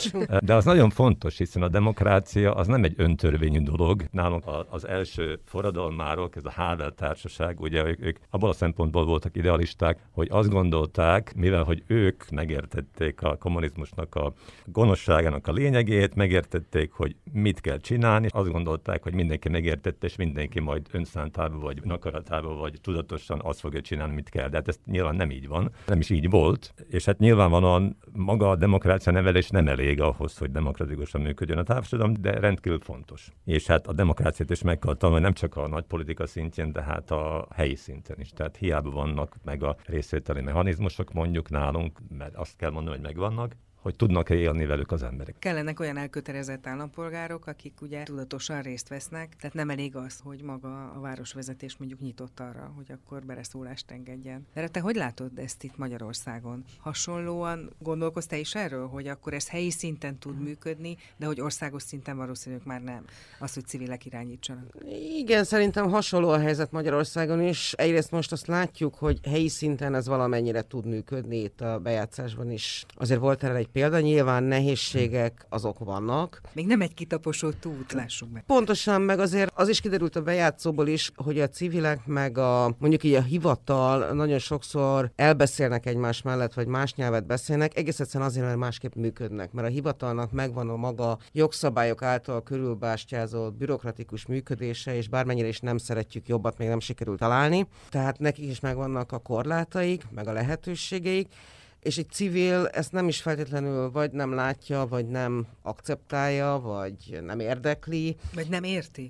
De az nagyon fontos, hiszen a demokrácia az nem egy öntörvényű dolog. Nálunk az első forradalmárok, ez a Havel társaság, ugye ők abból a szempontból voltak idealisták, hogy azt gondolták, mivel hogy ők megértették a kommunizmusnak a gonoszságának a lényegét, megértették, hogy mit kell csinálni, és azt gondolták, hogy mindenki megértette, és mindenki majd önszántában vagy akaratában vagy tudatosan azt fogja csinálni, mit kell. De hát ez nyilván nem így van, nem is így volt, és hát nyilvánvalóan maga a demokrácia nevelés nem elég ahhoz, hogy demokratikusan működjön a társadalom, de rendkívül fontos. És hát a demokráciát is meg kell tanulni, nem csak a nagy politika szintjén, de hát a helyi szinten is. Tehát hiába vannak meg a részvételi mechanizmusok mondjuk nálunk, mert azt kell mondani, hogy megvannak, hogy tudnak-e élni velük az emberek. Kellenek olyan elkötelezett állampolgárok, akik ugye tudatosan részt vesznek, tehát nem elég az, hogy maga a városvezetés mondjuk nyitott arra, hogy akkor beleszólást engedjen. De te hogy látod ezt itt Magyarországon? Hasonlóan gondolkoztál is erről, hogy akkor ez helyi szinten tud működni, de hogy országos szinten valószínűleg már nem. Az, hogy civilek irányítsanak. Igen, szerintem hasonló a helyzet Magyarországon is. Egyrészt most azt látjuk, hogy helyi szinten ez valamennyire tud működni, itt a bejátszásban is. Azért volt erre egy példa, nyilván nehézségek azok vannak. Még nem egy kitaposott út, lássuk meg. Pontosan, meg azért az is kiderült a bejátszóból is, hogy a civilek meg mondjuk így a hivatal nagyon sokszor elbeszélnek egymás mellett, vagy más nyelvet beszélnek, egész egyszerűen azért, mert másképp működnek, mert a hivatalnak megvan a maga jogszabályok által körülbástyázott bürokratikus működése, és bármennyire is nem szeretjük, jobbat még nem sikerült találni. Tehát nekik is megvannak a korlátaik, meg a lehetőségeik, és egy civil ezt nem is feltétlenül vagy nem látja, vagy nem akceptálja, vagy nem érdekli. Vagy nem érti.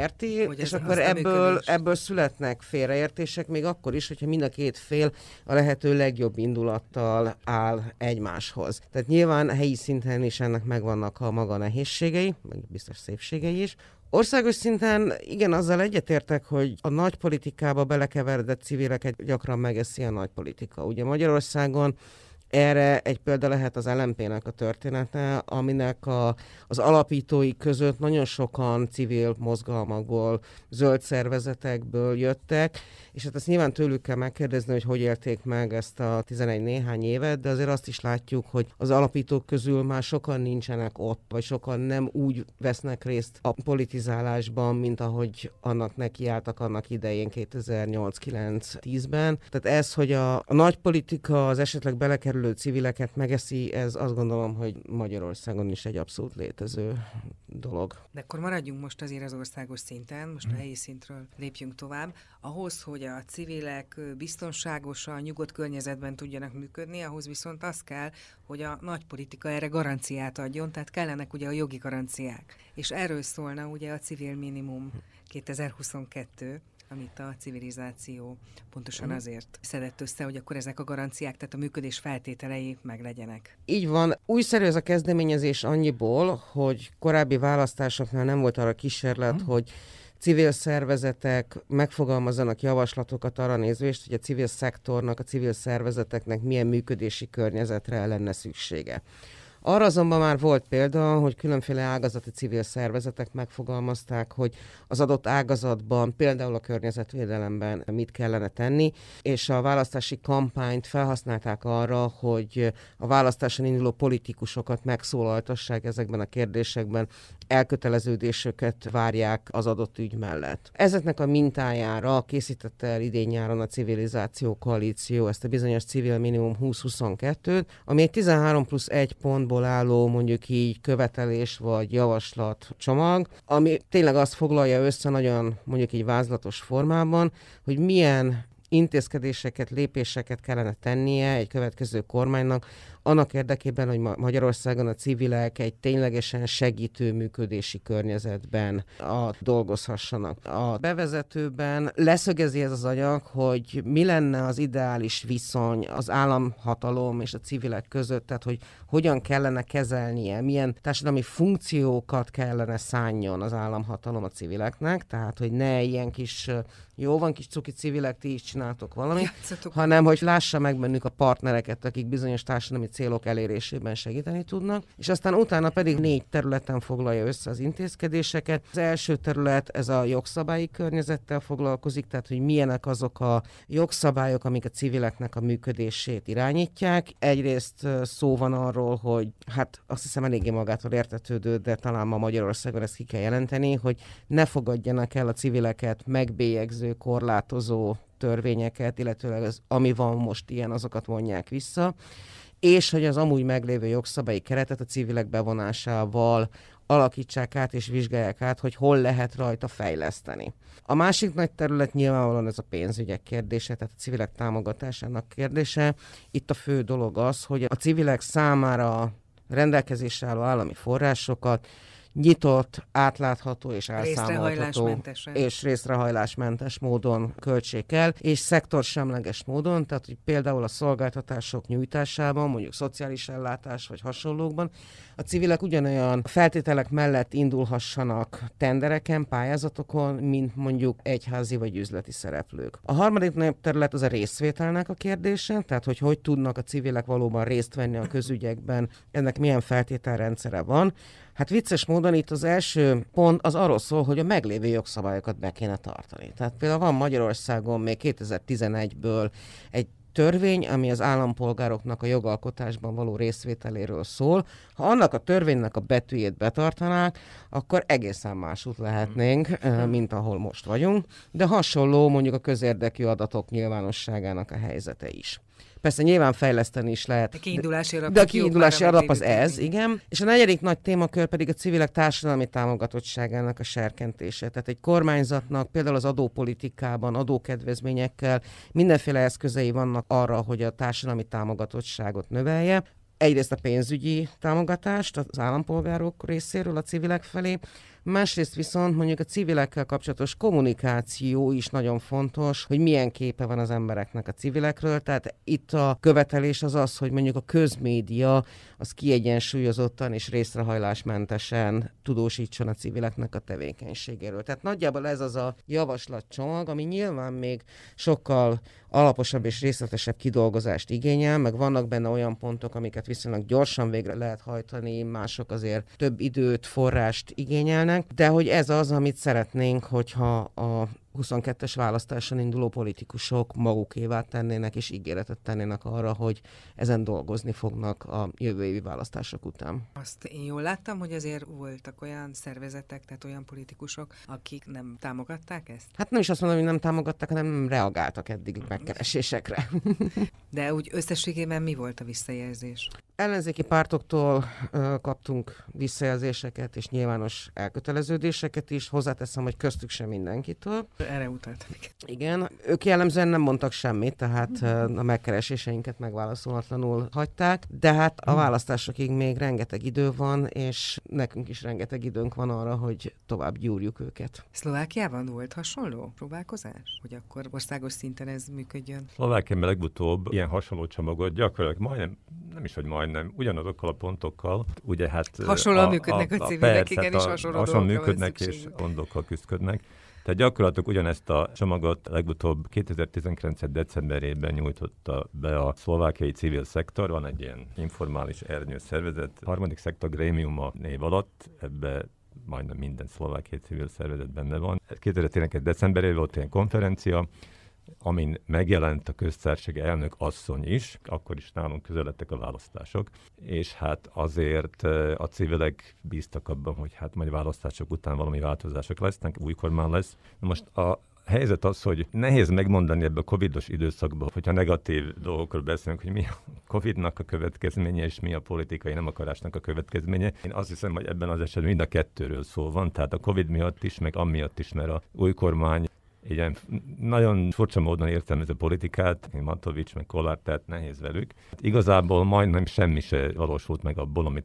És akkor ebből születnek félreértések, még akkor is, hogyha mind a két fél a lehető legjobb indulattal áll egymáshoz. Tehát nyilván helyi szinten is ennek megvannak a maga nehézségei, meg biztos szépségei is. Országos szinten igen, azzal egyetértek, hogy a nagy politikába belekeveredett civileket gyakran megeszi a nagy politika. Ugye Magyarországon erre egy példa lehet az LMP-nek a története, aminek az alapítói között nagyon sokan civil mozgalmakból, zöld szervezetekből jöttek, és hát ezt nyilván tőlük kell megkérdezni, hogy élték meg ezt a 11 néhány évet, de azért azt is látjuk, hogy az alapítók közül már sokan nincsenek ott, vagy sokan nem úgy vesznek részt a politizálásban, mint ahogy annak nekiálltak annak idején 2008-9-10-ben. Tehát ez, hogy a nagy politika az esetleg belekerülő civileket megeszi, ez azt gondolom, hogy Magyarországon is egy abszolút létező dolog. De akkor maradjunk most azért az országos szinten, most a helyi szintről lépjünk tovább. Ahhoz, hogy a civilek biztonságosan, nyugodt környezetben tudjanak működni, ahhoz viszont az kell, hogy a nagy politika erre garanciát adjon, tehát kellenek ugye a jogi garanciák. És erről szólna ugye a civil minimum 2022, amit a civilizáció pontosan azért szedett össze, hogy akkor ezek a garanciák, tehát a működés feltételei meglegyenek. Így van. Újszerű ez a kezdeményezés annyiból, hogy korábbi választásoknál nem volt arra kísérlet, hogy civil szervezetek megfogalmazzanak javaslatokat arra nézvést, hogy a civil szektornak, a civil szervezeteknek milyen működési környezetre lenne szüksége. Arra azonban már volt példa, hogy különféle ágazati civil szervezetek megfogalmazták, hogy az adott ágazatban, például a környezetvédelemben mit kellene tenni, és a választási kampányt felhasználták arra, hogy a választáson induló politikusokat megszólaltassák ezekben a kérdésekben, elköteleződésüket várják az adott ügy mellett. Ezeknek a mintájára készítette el idén-nyáron a Civilizáció Koalíció ezt a bizonyos Civil Minimum 2022-t, ami egy 13+1 pontból álló mondjuk így követelés vagy javaslat csomag, ami tényleg azt foglalja össze nagyon mondjuk így vázlatos formában, hogy milyen intézkedéseket, lépéseket kellene tennie egy következő kormánynak, annak érdekében, hogy Magyarországon a civilek egy ténylegesen segítő működési környezetben dolgozhassanak. A bevezetőben leszögezi ez az anyag, hogy mi lenne az ideális viszony az államhatalom és a civilek között, tehát hogy hogyan kellene kezelnie, milyen társadalmi funkciókat kellene szánjon az államhatalom a civileknek, tehát hogy ne ilyen kis jó van, kis cuki civilek, ti is csináltok valamit, hanem hogy lássa meg bennük a partnereket, akik bizonyos társadalmi célok elérésében segíteni tudnak, és aztán utána pedig 4 területen foglalja össze az intézkedéseket. Az első terület, ez a jogszabályi környezettel foglalkozik, tehát hogy milyenek azok a jogszabályok, amik a civileknek a működését irányítják. Egyrészt szó van arról, hogy hát azt hiszem eléggé magától értetődő, de talán ma Magyarországon ezt ki kell jelenteni, hogy ne fogadjanak el a civileket megbélyegző, korlátozó törvényeket, illetőleg az, ami van most ilyen, azokat vonják vissza, és hogy az amúgy meglévő jogszabályi keretet a civilek bevonásával alakítsák át és vizsgálják át, hogy hol lehet rajta fejleszteni. A másik nagy terület nyilvánvalóan ez a pénzügyek kérdése, tehát a civilek támogatásának kérdése. Itt a fő dolog az, hogy a civilek számára rendelkezésre álló állami forrásokat nyitott, átlátható és elszámolható és részrehajlásmentes módon költsék el, és szektorsemleges módon, tehát hogy például a szolgáltatások nyújtásában, mondjuk szociális ellátás vagy hasonlókban, a civilek ugyanolyan feltételek mellett indulhassanak tendereken, pályázatokon, mint mondjuk egyházi vagy üzleti szereplők. A harmadik terület az a részvételnek a kérdése, tehát hogy tudnak a civilek valóban részt venni a közügyekben, ennek milyen feltételrendszere van. Hát vicces módon itt az első pont az arról szól, hogy a meglévő jogszabályokat be kéne tartani. Tehát például van Magyarországon még 2011-ből egy törvény, ami az állampolgároknak a jogalkotásban való részvételéről szól. Ha annak a törvénynek a betűjét betartanák, akkor egészen másút lehetnénk, mint ahol most vagyunk, de hasonló mondjuk a közérdekű adatok nyilvánosságának a helyzete is. Persze nyilván fejleszteni is lehet. De a kiindulási alap az ez, igen. És a negyedik nagy témakör pedig a civilek társadalmi támogatottságának a serkentése. Tehát egy kormányzatnak például az adópolitikában, adókedvezményekkel mindenféle eszközei vannak arra, hogy a társadalmi támogatottságot növelje. Egyrészt a pénzügyi támogatást az állampolgárok részéről a civilek felé, másrészt viszont mondjuk a civilekkel kapcsolatos kommunikáció is nagyon fontos, hogy milyen képe van az embereknek a civilekről, tehát itt a követelés az az, hogy mondjuk a közmédia az kiegyensúlyozottan és részrehajlásmentesen tudósítson a civileknek a tevékenységéről. Tehát nagyjából ez az a javaslatcsomag, ami nyilván még sokkal alaposabb és részletesebb kidolgozást igényel, meg vannak benne olyan pontok, amiket viszonylag gyorsan végre lehet hajtani, mások azért több időt, forrást igényelnek, de hogy ez az, amit szeretnénk, hogyha a 22-es választáson induló politikusok magukévá tennének és ígéretet tennének arra, hogy ezen dolgozni fognak a jövő évi választások után. Azt én jól láttam, hogy azért voltak olyan szervezetek, tehát olyan politikusok, akik nem támogatták ezt? Hát nem is azt mondom, hogy nem támogatták, hanem nem reagáltak eddig megkeresésekre. De úgy összességében mi volt a visszajelzés? Ellenzéki pártoktól kaptunk visszajelzéseket és nyilvános elköteleződéseket is, hozzáteszem, hogy köztük sem mindenkitől. Erre utalt. Igen, ők jellemzően nem mondtak semmit, tehát a megkereséseinket megválaszolatlanul hagyták, de hát a választásokig még rengeteg idő van, és nekünk is rengeteg időnk van arra, hogy tovább gyúrjuk őket. Szlovákiában volt hasonló próbálkozás, hogy akkor országos szinten ez működjön? Szlovákiában legutóbb ilyen hasonló csomagot gyakorlatilag majdnem, nem is, hogy majdnem, ugyanazokkal a pontokkal, ugye hát... Hasonlóan működnek a civilek, igen, és hasonló működnek és gondokkal küzdködnek. Tehát gyakorlatilag ugyanezt a csomagot legutóbb 2019. decemberében nyújtotta be a szlovákiai civil szektor. Van egy ilyen informális ernyőszervezet, harmadik szektor grémiuma név alatt, ebbe majdnem minden szlovákiai civil szervezet benne van. 2019. decemberében volt ilyen konferencia, amin megjelent a köztársasági elnök asszony is, akkor is nálunk közeledtek a választások, és hát azért a civilek bíztak abban, hogy hát majd választások után valami változások lesznek, új kormány lesz. Most a helyzet az, hogy nehéz megmondani ebbe a covidos időszakban, hogyha negatív dolgokról beszélünk, hogy mi a covidnak a következménye, és mi a politikai nem akarásnak a következménye. Én azt hiszem, hogy ebben az esetben mind a kettőről szó van, tehát a covid miatt is, meg amiatt is, mert a új kormány ilyen nagyon furcsa módon értelmező politikát, Matovics meg Kollár, tehát nehéz velük. Igazából majdnem semmi se valósult meg abból, amit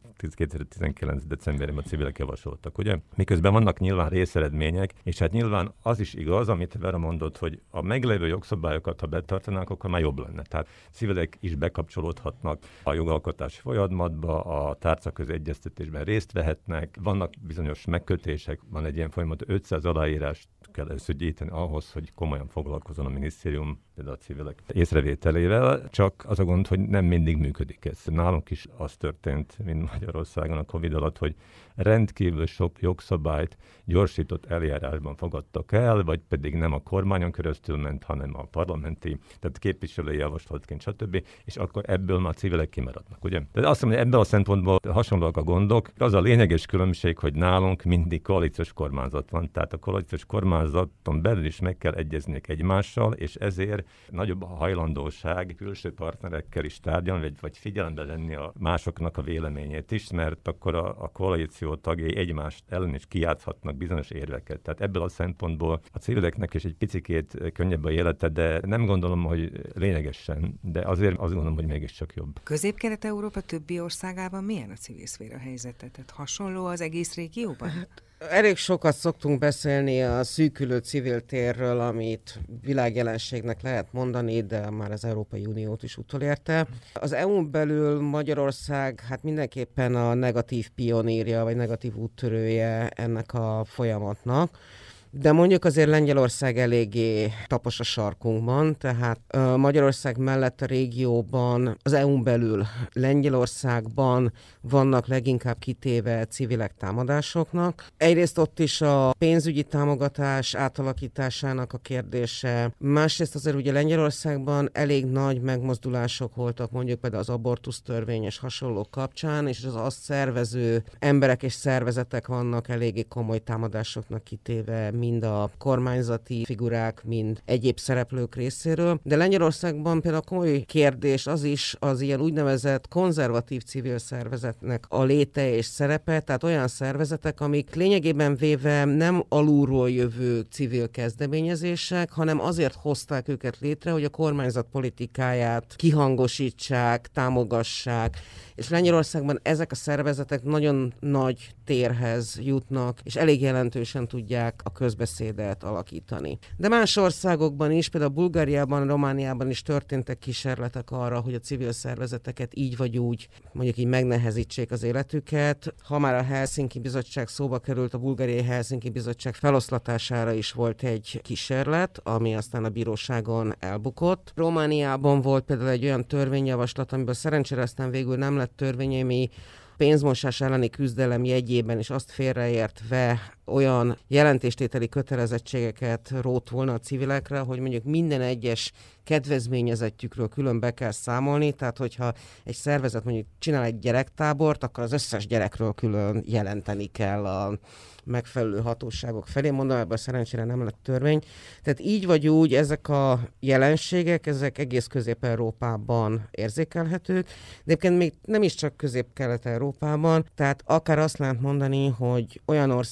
2019. decemberében a civilek javasoltak, ugye? Miközben vannak nyilván részeredmények, és hát nyilván az is igaz, amit Vera mondott, hogy a meglévő jogszabályokat, ha betartanák, akkor már jobb lenne. Tehát civilek is bekapcsolódhatnak a jogalkotási folyamatba, a tárcaközi egyeztetésben részt vehetnek, vannak bizonyos megkötések, van egy ilyen folyamat, 500 aláírást kell összegyűjteni ahhoz, hogy komolyan foglalkozzon a minisztérium például a civilek észrevételével, csak az a gond, hogy nem mindig működik ez. Nálunk is az történt, mint Magyarországon a Covid alatt, hogy rendkívül sok jogszabályt gyorsított eljárásban fogadtak el, vagy pedig nem a kormányon keresztül ment, hanem a parlamenti, tehát képviselői javaslatként, stb. És akkor ebből már civilek kimaradnak, ugye? Tehát azt mondom, hogy ebből a szempontból hasonlóak a gondok. Az a lényeges különbség, hogy nálunk mindig koalíciós kormányzat van, tehát a koalíciós kormányzaton belül is meg kell egyezniük egymással, és ezért nagyobb a hajlandóság külső partnerekkel is tárgyalni, vagy figyelembe venni a másoknak a véleményét is, mert akkor a koalíció tagjai egymást ellen is kijátszhatnak bizonyos érveket. Tehát ebből a szempontból a civileknek is egy picikét könnyebb a élete, de nem gondolom, hogy lényegesen, de azért azt gondolom, hogy mégiscsak jobb. Közép-Kelet-Európa többi országában milyen a civil szféra helyzete? Tehát hasonló az egész régióban? Elég sokat szoktunk beszélni a szűkülő civil térről, amit világjelenségnek lehet mondani, de már az Európai Uniót is utolérte. Az EU-n belül Magyarország hát mindenképpen a negatív pionírja, vagy negatív úttörője ennek a folyamatnak. De mondjuk azért Lengyelország eléggé tapos a sarkunkban, tehát Magyarország mellett a régióban, az EU-n belül Lengyelországban vannak leginkább kitéve civilek támadásoknak. Egyrészt ott is a pénzügyi támogatás átalakításának a kérdése, másrészt azért ugye Lengyelországban elég nagy megmozdulások voltak, mondjuk például az abortusz törvény és hasonlók kapcsán, és az azt szervező emberek és szervezetek vannak eléggé komoly támadásoknak kitéve, mind a kormányzati figurák, mind egyéb szereplők részéről. De Lengyelországban például komoly kérdés az is az ilyen úgynevezett konzervatív civil szervezetnek a léte és szerepe, tehát olyan szervezetek, amik lényegében véve nem alulról jövő civil kezdeményezések, hanem azért hozták őket létre, hogy a kormányzat politikáját kihangosítsák, támogassák, és Lengyelországban ezek a szervezetek nagyon nagy térhez jutnak, és elég jelentősen tudják a közbeszédet alakítani. De más országokban is, például Bulgáriában, Romániában is történtek kísérletek arra, hogy a civil szervezeteket így vagy úgy, mondjuk így megnehezítsék az életüket. Ha már a Helsinki Bizottság szóba került, a bulgáriai Helsinki Bizottság feloszlatására is volt egy kísérlet, ami aztán a bíróságon elbukott. Romániában volt például egy olyan törvényjavaslat, amiből szerencsére aztán végül nem lett törvény, ami pénzmosás elleni küzdelem jegyében is azt félreértve olyan jelentéstételi kötelezettségeket rótt volna a civilekre, hogy mondjuk minden egyes kedvezményezettjükről külön be kell számolni, tehát hogyha egy szervezet mondjuk csinál egy gyerektábort, akkor az összes gyerekről külön jelenteni kell a megfelelő hatóságok felé. Mondom, ebből szerencsére nem lett törvény. Tehát így vagy úgy ezek a jelenségek, ezek egész Közép-Európában érzékelhetők, de egyébként még nem is csak Közép-Kelet-Európában, tehát akár azt lehet mondani, hogy olyan országokban,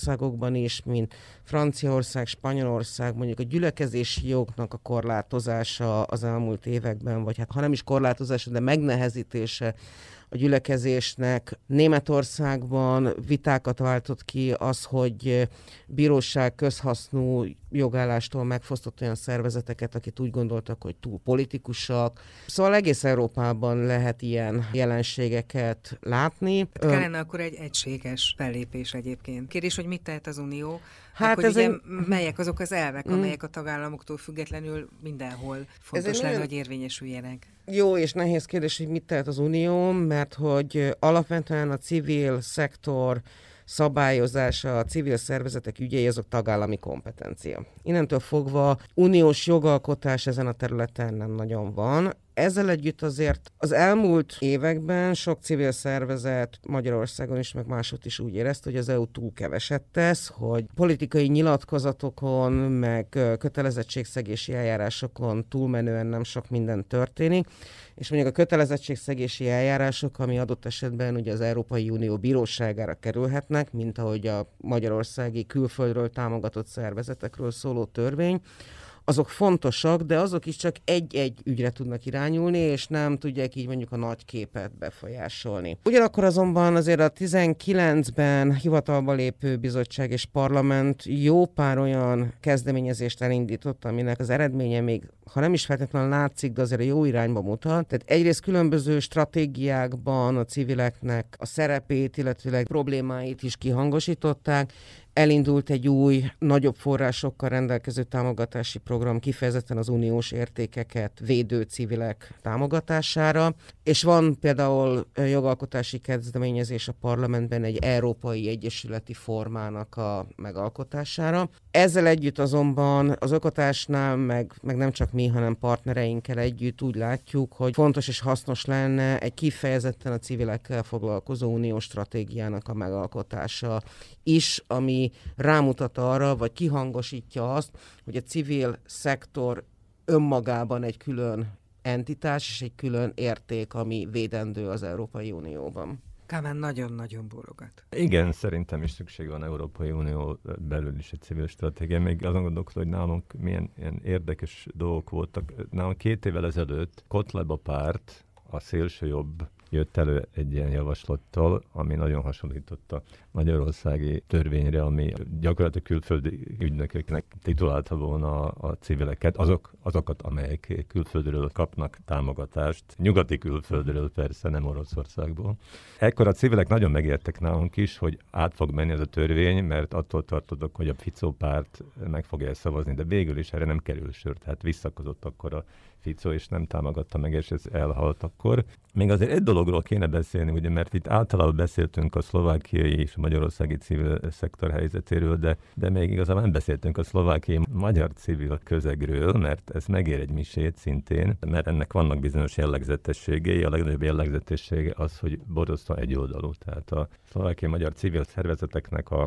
országokban is, mint Franciaország, Spanyolország, mondjuk a gyülekezési jognak a korlátozása az elmúlt években, vagy hát ha nem is korlátozása, de megnehezítése a gyülekezésnek. Németországban vitákat váltott ki az, hogy bíróság közhasznú jogállástól megfosztott olyan szervezeteket, akik úgy gondoltak, hogy túl politikusak. Szóval egész Európában lehet ilyen jelenségeket látni. Kellene akkor egy egységes fellépés egyébként. Kérdés, hogy mit tehet az Unió? Hát hogy ugye melyek azok az elvek, amelyek a tagállamoktól függetlenül mindenhol fontos lenne, hogy érvényesüljenek? Jó és nehéz kérdés, hogy mit tehet az Unió, mert hogy alapvetően a civil szektor szabályozása, a civil szervezetek ügyei, azok tagállami kompetencia. Innentől fogva uniós jogalkotás ezen a területen nem nagyon van. Ezzel együtt azért az elmúlt években sok civil szervezet Magyarországon is, meg máshogy is úgy érezte, hogy az EU túl keveset tesz, hogy politikai nyilatkozatokon, meg kötelezettségszegési eljárásokon túlmenően nem sok minden történik, és mondjuk a kötelezettségszegési eljárások, ami adott esetben ugye az Európai Unió bíróságára kerülhetnek, mint ahogy a magyarországi külföldről támogatott szervezetekről szóló törvény, azok fontosak, de azok is csak egy-egy ügyre tudnak irányulni, és nem tudják így mondjuk a nagy képet befolyásolni. Ugyanakkor azonban azért a 19-ben hivatalba lépő bizottság és parlament jó pár olyan kezdeményezést elindított, aminek az eredménye még, ha nem is feltétlenül látszik, de azért a jó irányba mutat. Tehát egyrészt különböző stratégiákban a civileknek a szerepét, illetve problémáit is kihangosították. Elindult egy új, nagyobb forrásokkal rendelkező támogatási program kifejezetten az uniós értékeket védő civilek támogatására, és van például jogalkotási kezdeményezés a parlamentben egy európai egyesületi formának a megalkotására. Ezzel együtt azonban az oktatásnál, meg nem csak mi, hanem partnereinkkel együtt úgy látjuk, hogy fontos és hasznos lenne egy kifejezetten a civilekkel foglalkozó uniós stratégiának a megalkotása is, ami rámutat arra, vagy kihangosítja azt, hogy a civil szektor önmagában egy külön entitás és egy külön érték, ami védendő az Európai Unióban. Kálmán nagyon-nagyon bólogat. Igen, szerintem is szükség van Európai Unió belül is egy civil stratégia. Még azon gondolkodom, hogy nálunk milyen ilyen érdekes dolgok voltak. Nálunk 2 évvel ezelőtt Kotleba párt, a szélsőjobb jött elő egy ilyen javaslattal, ami nagyon hasonlított a magyarországi törvényre, ami gyakorlatilag külföldi ügynököknek titulálta volna a civileket, azokat, amelyek külföldről kapnak támogatást, nyugati külföldről persze, nem Oroszországból. Ekkor a civilek nagyon megértek nálunk is, hogy át fog menni ez a törvény, mert attól tartottak, hogy a Fico párt meg fogja szavazni, de végül is erre nem kerül sor, tehát visszakozott akkor a Fico, és nem támogatta meg, és ez elhalt akkor. Még azért egy dologról kéne beszélni, ugye, mert itt általában beszéltünk a szlovákiai és a magyarországi civil szektor helyzetéről, de még igazából nem beszéltünk a szlovákiai magyar civil közegről, mert ez megér egy misét szintén, mert ennek vannak bizonyos jellegzetességei. A legnagyobb jellegzetessége az, hogy borzasztóan egyoldalú. Tehát a szlovákiai magyar civil szervezeteknek a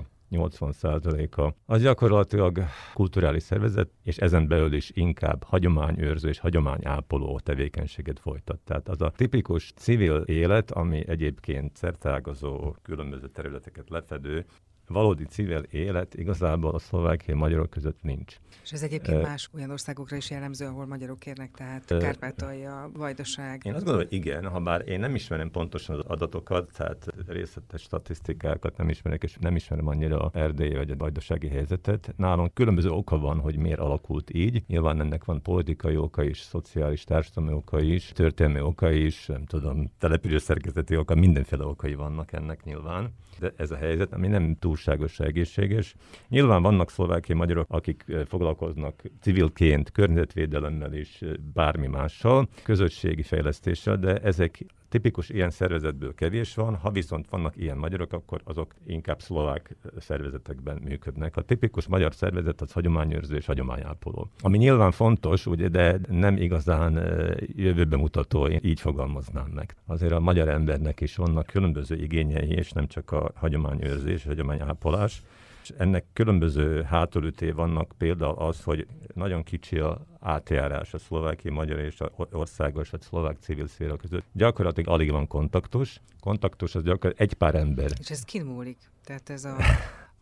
80%-a az gyakorlatilag kulturális szervezet, és ezen belül is inkább hagyományőrző és hagyományápoló tevékenységet folytat. Tehát az a tipikus civil élet, ami egyébként szerteágazó, különböző területeket lefedő, valódi civil élet igazából a szlovákiai magyarok között nincs. És ez egyébként más olyan országokra is jellemző, ahol magyarok érnek, tehát Kárpátalja, Vajdaság. Én azt gondolom, hogy igen, ha bár én nem ismerem pontosan az adatokat, tehát részletes statisztikákat nem ismerek, és nem ismerem annyira a erdélyi vagy a vajdasági helyzetet. Nálunk különböző oka van, hogy miért alakult így. Nyilván ennek van politikai oka is, szociális, társadalmi oka is, történelmi oka is, nem tudom, település szerkezeti oka, mindenféle okai vannak ennek nyilván. De ez a helyzet, ami nem túlságosan egészséges. Nyilván vannak szlovákiai magyarok, akik foglalkoznak civilként, környezetvédelemmel és bármi mással, közösségi fejlesztéssel, de ezek tipikus ilyen szervezetből kevés van, ha viszont vannak ilyen magyarok, akkor azok inkább szlovák szervezetekben működnek. A tipikus magyar szervezet az hagyományőrző és hagyományápoló. Ami nyilván fontos, ugye, de nem igazán jövőbe mutató, én így fogalmaznám meg. Azért a magyar embernek is vannak különböző igényei, és nem csak a hagyományőrzés, hagyományápolás. És ennek különböző hátulütői vannak, például az, hogy nagyon kicsi a átjárás a szlovákiai magyar és az országos vagy szlovák civil szféra között. Gyakorlatilag alig van kontaktus. Kontaktus az gyakorlatilag egy pár ember. És ez kin múlik? Tehát ez a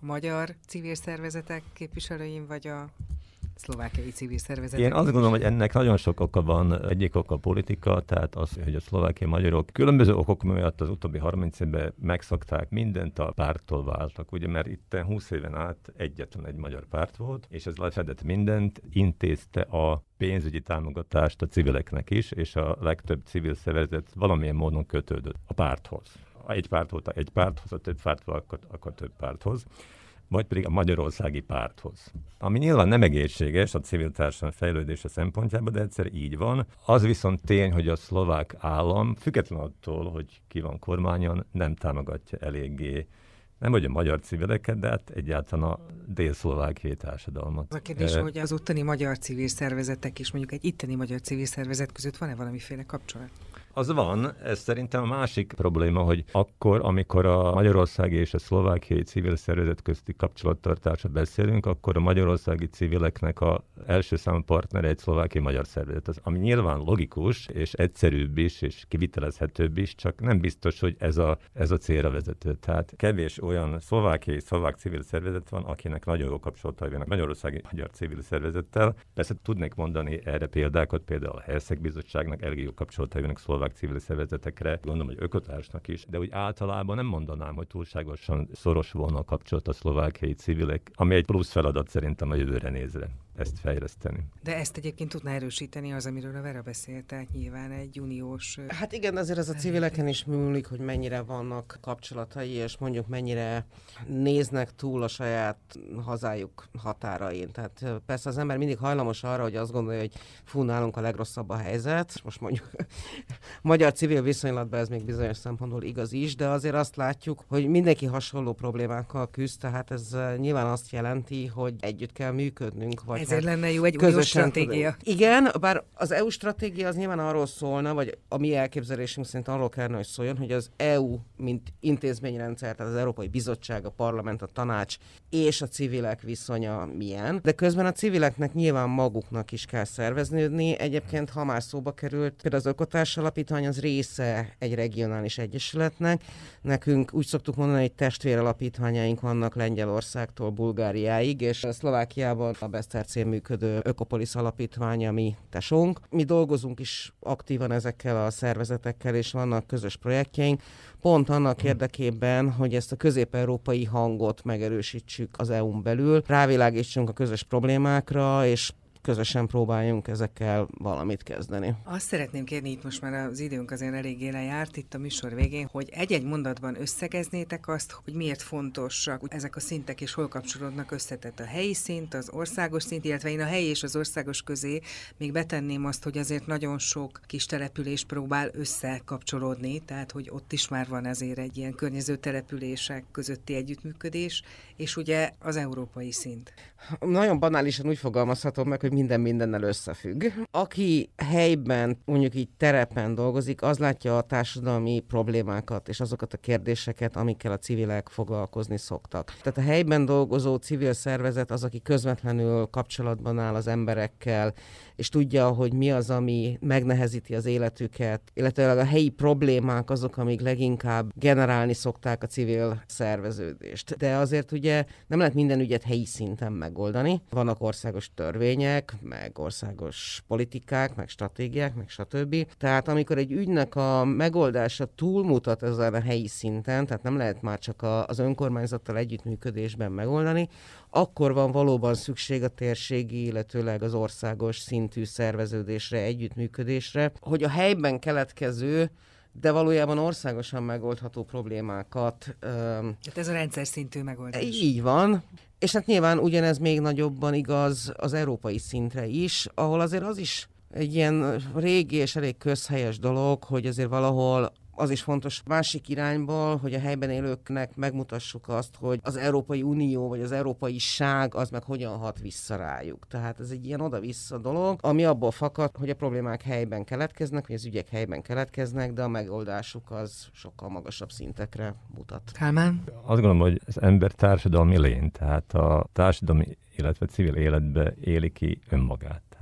A magyar civil szervezetek képviselőin, vagy a szlovákiai civil szervezetek? Én azt gondolom, hogy ennek nagyon sok oka van. Egyik oka a politika, tehát az, hogy a szlovákiai magyarok különböző okok miatt az utóbbi 30 évben megszokták mindent, a párttól váltak. Ugye, mert itt 20 éven át egyetlen egy magyar párt volt, és ez lefedett mindent, intézte a pénzügyi támogatást a civileknek is, és a legtöbb civil szervezet valamilyen módon kötődött a párthoz. Egy párt volt egy párthoz, a több párt volt, akkor több párthoz, vagy pedig a magyarországi párthoz. Ami nyilván nem egészséges a civil társadalom fejlődése szempontjából, de egyszer így van. Az viszont tény, hogy a szlovák állam, függetlenül attól, hogy ki van kormányon, nem támogatja eléggé nem hogy a magyar civileket, de hát egyáltalán a dél-szlovákiai társadalmat. Az a kérdés, hogy az ottani magyar civil szervezetek és mondjuk egy itteni magyar civil szervezet között van-e valamiféle kapcsolat? Az van, ez szerintem a másik probléma, hogy akkor, amikor a magyarországi és a szlovákiai civil szervezet közti kapcsolattartásra beszélünk, akkor a magyarországi civileknek az első számú partnere egy szlovákiai magyar szervezet. Az, ami nyilván logikus, és egyszerűbb is, és kivitelezhetőbb is, csak nem biztos, hogy ez a célra vezető. Tehát kevés olyan szlovák civil szervezet van, akinek nagyon jó kapcsolatai vannak magyarországi magyar civil szervezettel. Persze tudnék mondani erre példákat, például a Helszeg Bizottságnak elég jó kapcsolatai vannak szlovák civil szervezetekre, gondolom, hogy ökotársnak is, de úgy általában nem mondanám, hogy túlságosan szoros volna a kapcsolat a szlovákiai civilek, ami egy plusz feladat szerintem a jövőre nézve ezt fejleszteni. De ezt egyébként tudná erősíteni az, amiről a Vera beszélt, tehát nyilván egy uniós... Hát igen, azért ez a civileken is múlik, hogy mennyire vannak kapcsolatai, és mondjuk mennyire néznek túl a saját hazájuk határain. Tehát persze az ember mindig hajlamos arra, hogy azt gondolja, hogy fú, nálunk a legrosszabb a helyzet. Most mondjuk magyar civil viszonylatban ez még bizonyos szempontból igaz is, de azért azt látjuk, hogy mindenki hasonló problémákkal küzd, tehát ez nyilván azt jelenti, hogy együtt kell működnünk, vagy ezért lenne jó egy uniós stratégia. Igen, bár az EU stratégia az nyilván arról szólna, vagy a mi elképzelésünk szerint arról kellene, hogy szóljon, hogy az EU, mint intézményrendszer, tehát az Európai Bizottság, a Parlament, a Tanács és a civilek viszonya milyen. De közben a civileknek nyilván maguknak is kell szerveződni. Egyébként, ha már szóba került, például az Ökotárs Alapítvány az része egy regionális egyesületnek. Nekünk úgy szoktuk mondani, hogy testvéralapítványaink vannak Lengyelországtól Bulgáriáig, és a Szlovákiában a Besztercén működő Ökopolis Alapítvány, ami tesónk. Mi dolgozunk is aktívan ezekkel a szervezetekkel, és vannak közös projektjeink, pont annak érdekében, hogy ezt a közép-európai hangot megerősítsük az EU-n belül, rávilágítsunk a közös problémákra, és közösen próbáljunk ezekkel valamit kezdeni. Azt szeretném kérni, itt most már az időnk azért eléggé lejárt itt a műsor végén, hogy egy-egy mondatban összegeznétek azt, hogy miért fontosak ezek a szintek, és hol kapcsolódnak össze, tehát a helyi szint, az országos szint, illetve én a helyi és az országos közé még betenném azt, hogy azért nagyon sok kis település próbál összekapcsolódni, tehát hogy ott is már van azért egy ilyen környező települések közötti együttműködés, és ugye az európai szint. Nagyon banálisan úgy fogalmazhatom meg, hogy minden mindennel összefügg. Aki helyben, mondjuk így terepen dolgozik, az látja a társadalmi problémákat és azokat a kérdéseket, amikkel a civilek foglalkozni szoktak. Tehát a helyben dolgozó civil szervezet az, aki közvetlenül kapcsolatban áll az emberekkel, és tudja, hogy mi az, ami megnehezíti az életüket, illetve a helyi problémák azok, amik leginkább generálni szokták a civil szerveződést. De azért ugye nem lehet minden ügyet helyi szinten megoldani. Vannak országos törvények, meg országos politikák, meg stratégiák, meg stb. Tehát amikor egy ügynek a megoldása túlmutat ezen a helyi szinten, tehát nem lehet már csak az önkormányzattal együttműködésben megoldani, akkor van valóban szükség a térségi, illetőleg az országos szintű szerveződésre, együttműködésre, hogy a helyben keletkező, de valójában országosan megoldható problémákat... Tehát ez a rendszer szintű megoldás. Így van. És hát nyilván ugyanez még nagyobban igaz az európai szintre is, ahol azért az is egy ilyen régi és elég közhelyes dolog, hogy azért valahol az is fontos másik irányból, hogy a helyben élőknek megmutassuk azt, hogy az Európai Unió vagy az európaiság az meg hogyan hat vissza rájuk. Tehát ez egy ilyen oda-vissza dolog, ami abból fakad, hogy a problémák helyben keletkeznek, vagy az ügyek helyben keletkeznek, de a megoldásuk az sokkal magasabb szintekre mutat. Kálmán? Azt gondolom, hogy az ember társadalmi lény, tehát a társadalmi, illetve civil életbe éli ki önmagát.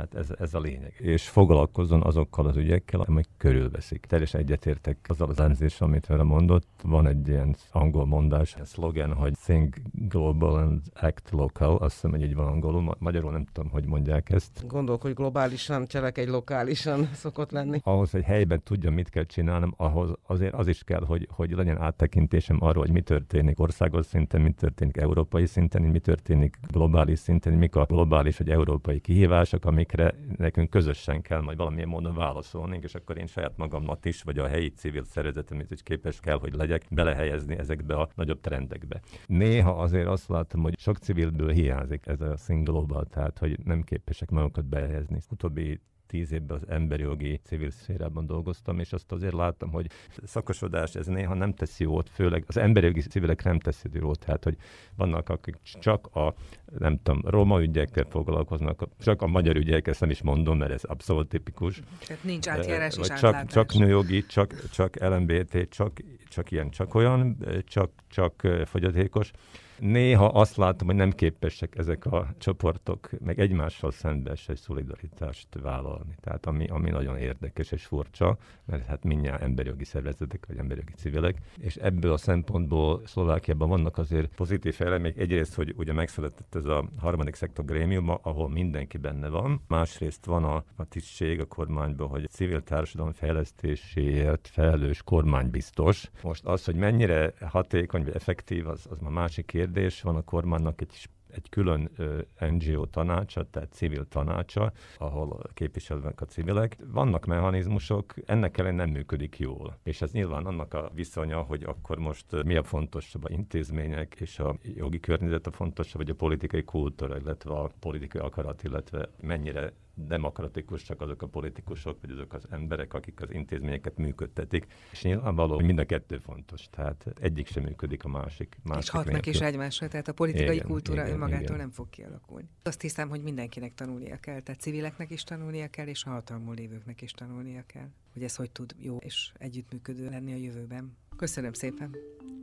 Hát ez a lényeg. És foglalkozzon azokkal az ügyekkel, amik körülveszik. Teljesen egyetértek azzal az elemzéssel, amit vele mondott. Van egy ilyen angol mondás, egy szlogen, hogy think global and act local. Azt hiszem, hogy így van angolul. Magyarul nem tudom, hogy mondják ezt. Gondolkodj globálisan, cselekedj lokálisan szokott lenni. Ahhoz, hogy helyben tudjam, mit kell csinálnom, ahhoz azért az is kell, hogy legyen áttekintésem arról, hogy mi történik országos szinten, mi történik európai szinten, mi történik globális szinten, mik a globális vagy európai kihívások, amikre nekünk közösen kell majd valamilyen módon válaszolni, és akkor én saját magamnak is, vagy a helyi civil szervezetemet is képes kell, hogy legyek belehelyezni ezekbe a nagyobb trendekbe. Néha azért azt látom, hogy sok civilből hiányzik ez a think global, tehát hogy nem képesek magukat behelyezni. Utóbbi 10 évben az emberi jogi civil szférában dolgoztam, és azt azért láttam, hogy szakosodás ez néha nem teszi jót, főleg az emberi jogi civilek nem teszi jót, tehát hogy vannak, akik csak a, nem tudom, roma ügyekkel foglalkoznak, csak a magyar ügyek, ezt nem is mondom, mert ez abszolút tipikus. Tehát nincs átjárás és átlátás. Csak nőjogi, csak LMBT, csak ilyen, csak olyan, csak fogyatékos. Néha azt látom, hogy nem képesek ezek a csoportok meg egymással szemben egy szolidaritást vállalni. Tehát ami nagyon érdekes és furcsa, mert hát mindjárt emberjogi szervezetek vagy emberjogi civilek, és ebből a szempontból Szlovákiában vannak azért pozitív elemek. Egyrészt, hogy ugye megszületett ez a harmadik szektor grémiuma, ahol mindenki benne van. Másrészt van a tisztség a kormányban, hogy civil társadalom fejlesztéséért felelős kormánybiztos. Most az, hogy mennyire hatékony vagy effektív, az már másik kérdés. Van a kormánynak egy külön NGO tanácsa, tehát civil tanácsa, ahol képviselnek a civilek. Vannak mechanizmusok, ennek ellen nem működik jól. És ez nyilván annak a viszonya, hogy akkor most mi a fontosabb, a intézmények és a jogi környezet a fontosabb, vagy a politikai kultúra, illetve a politikai akarat, illetve mennyire demokratikusak azok a politikusok, vagy azok az emberek, akik az intézményeket működtetik. És nyilvánvaló, hogy mind a kettő fontos. Tehát egyik sem működik a másik és hatnak nélkül. is egymásra, tehát a politikai kultúra igen, önmagától nem fog kialakulni. Azt hiszem, hogy mindenkinek tanulnia kell, tehát civileknek is tanulnia kell, és a hatalmon lévőknek is tanulnia kell, hogy ez hogy tud jó és együttműködő lenni a jövőben. Köszönöm szépen!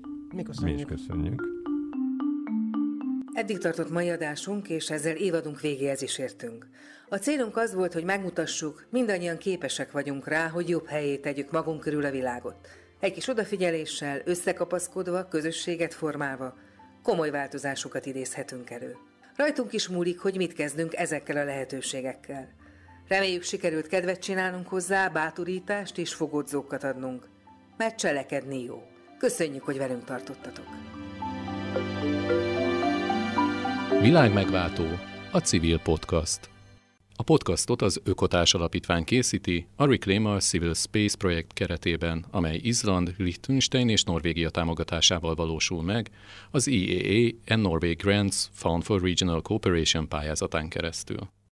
Mi is köszönjük! Eddig tartott mai adásunk, és ezzel évadunk végéhez is értünk. A célunk az volt, hogy megmutassuk, mindannyian képesek vagyunk rá, hogy jobb helyé tegyük magunk körül a világot. Egy kis odafigyeléssel, összekapaszkodva, közösséget formálva, komoly változásokat idézhetünk elő. Rajtunk is múlik, hogy mit kezdünk ezekkel a lehetőségekkel. Reméljük, sikerült kedvet csinálnunk hozzá, bátorítást és fogodzókat adnunk, mert cselekedni jó. Köszönjük, hogy velünk tartottatok! Világmegváltó, a civil podcast. A podcastot az Ökotárs Alapítvány készíti a Reclaimer Civil Space projekt keretében, amely Izland, Liechtenstein és Norvégia támogatásával valósul meg az EAA and Norway Grants Fund for Regional Cooperation pályázatán keresztül.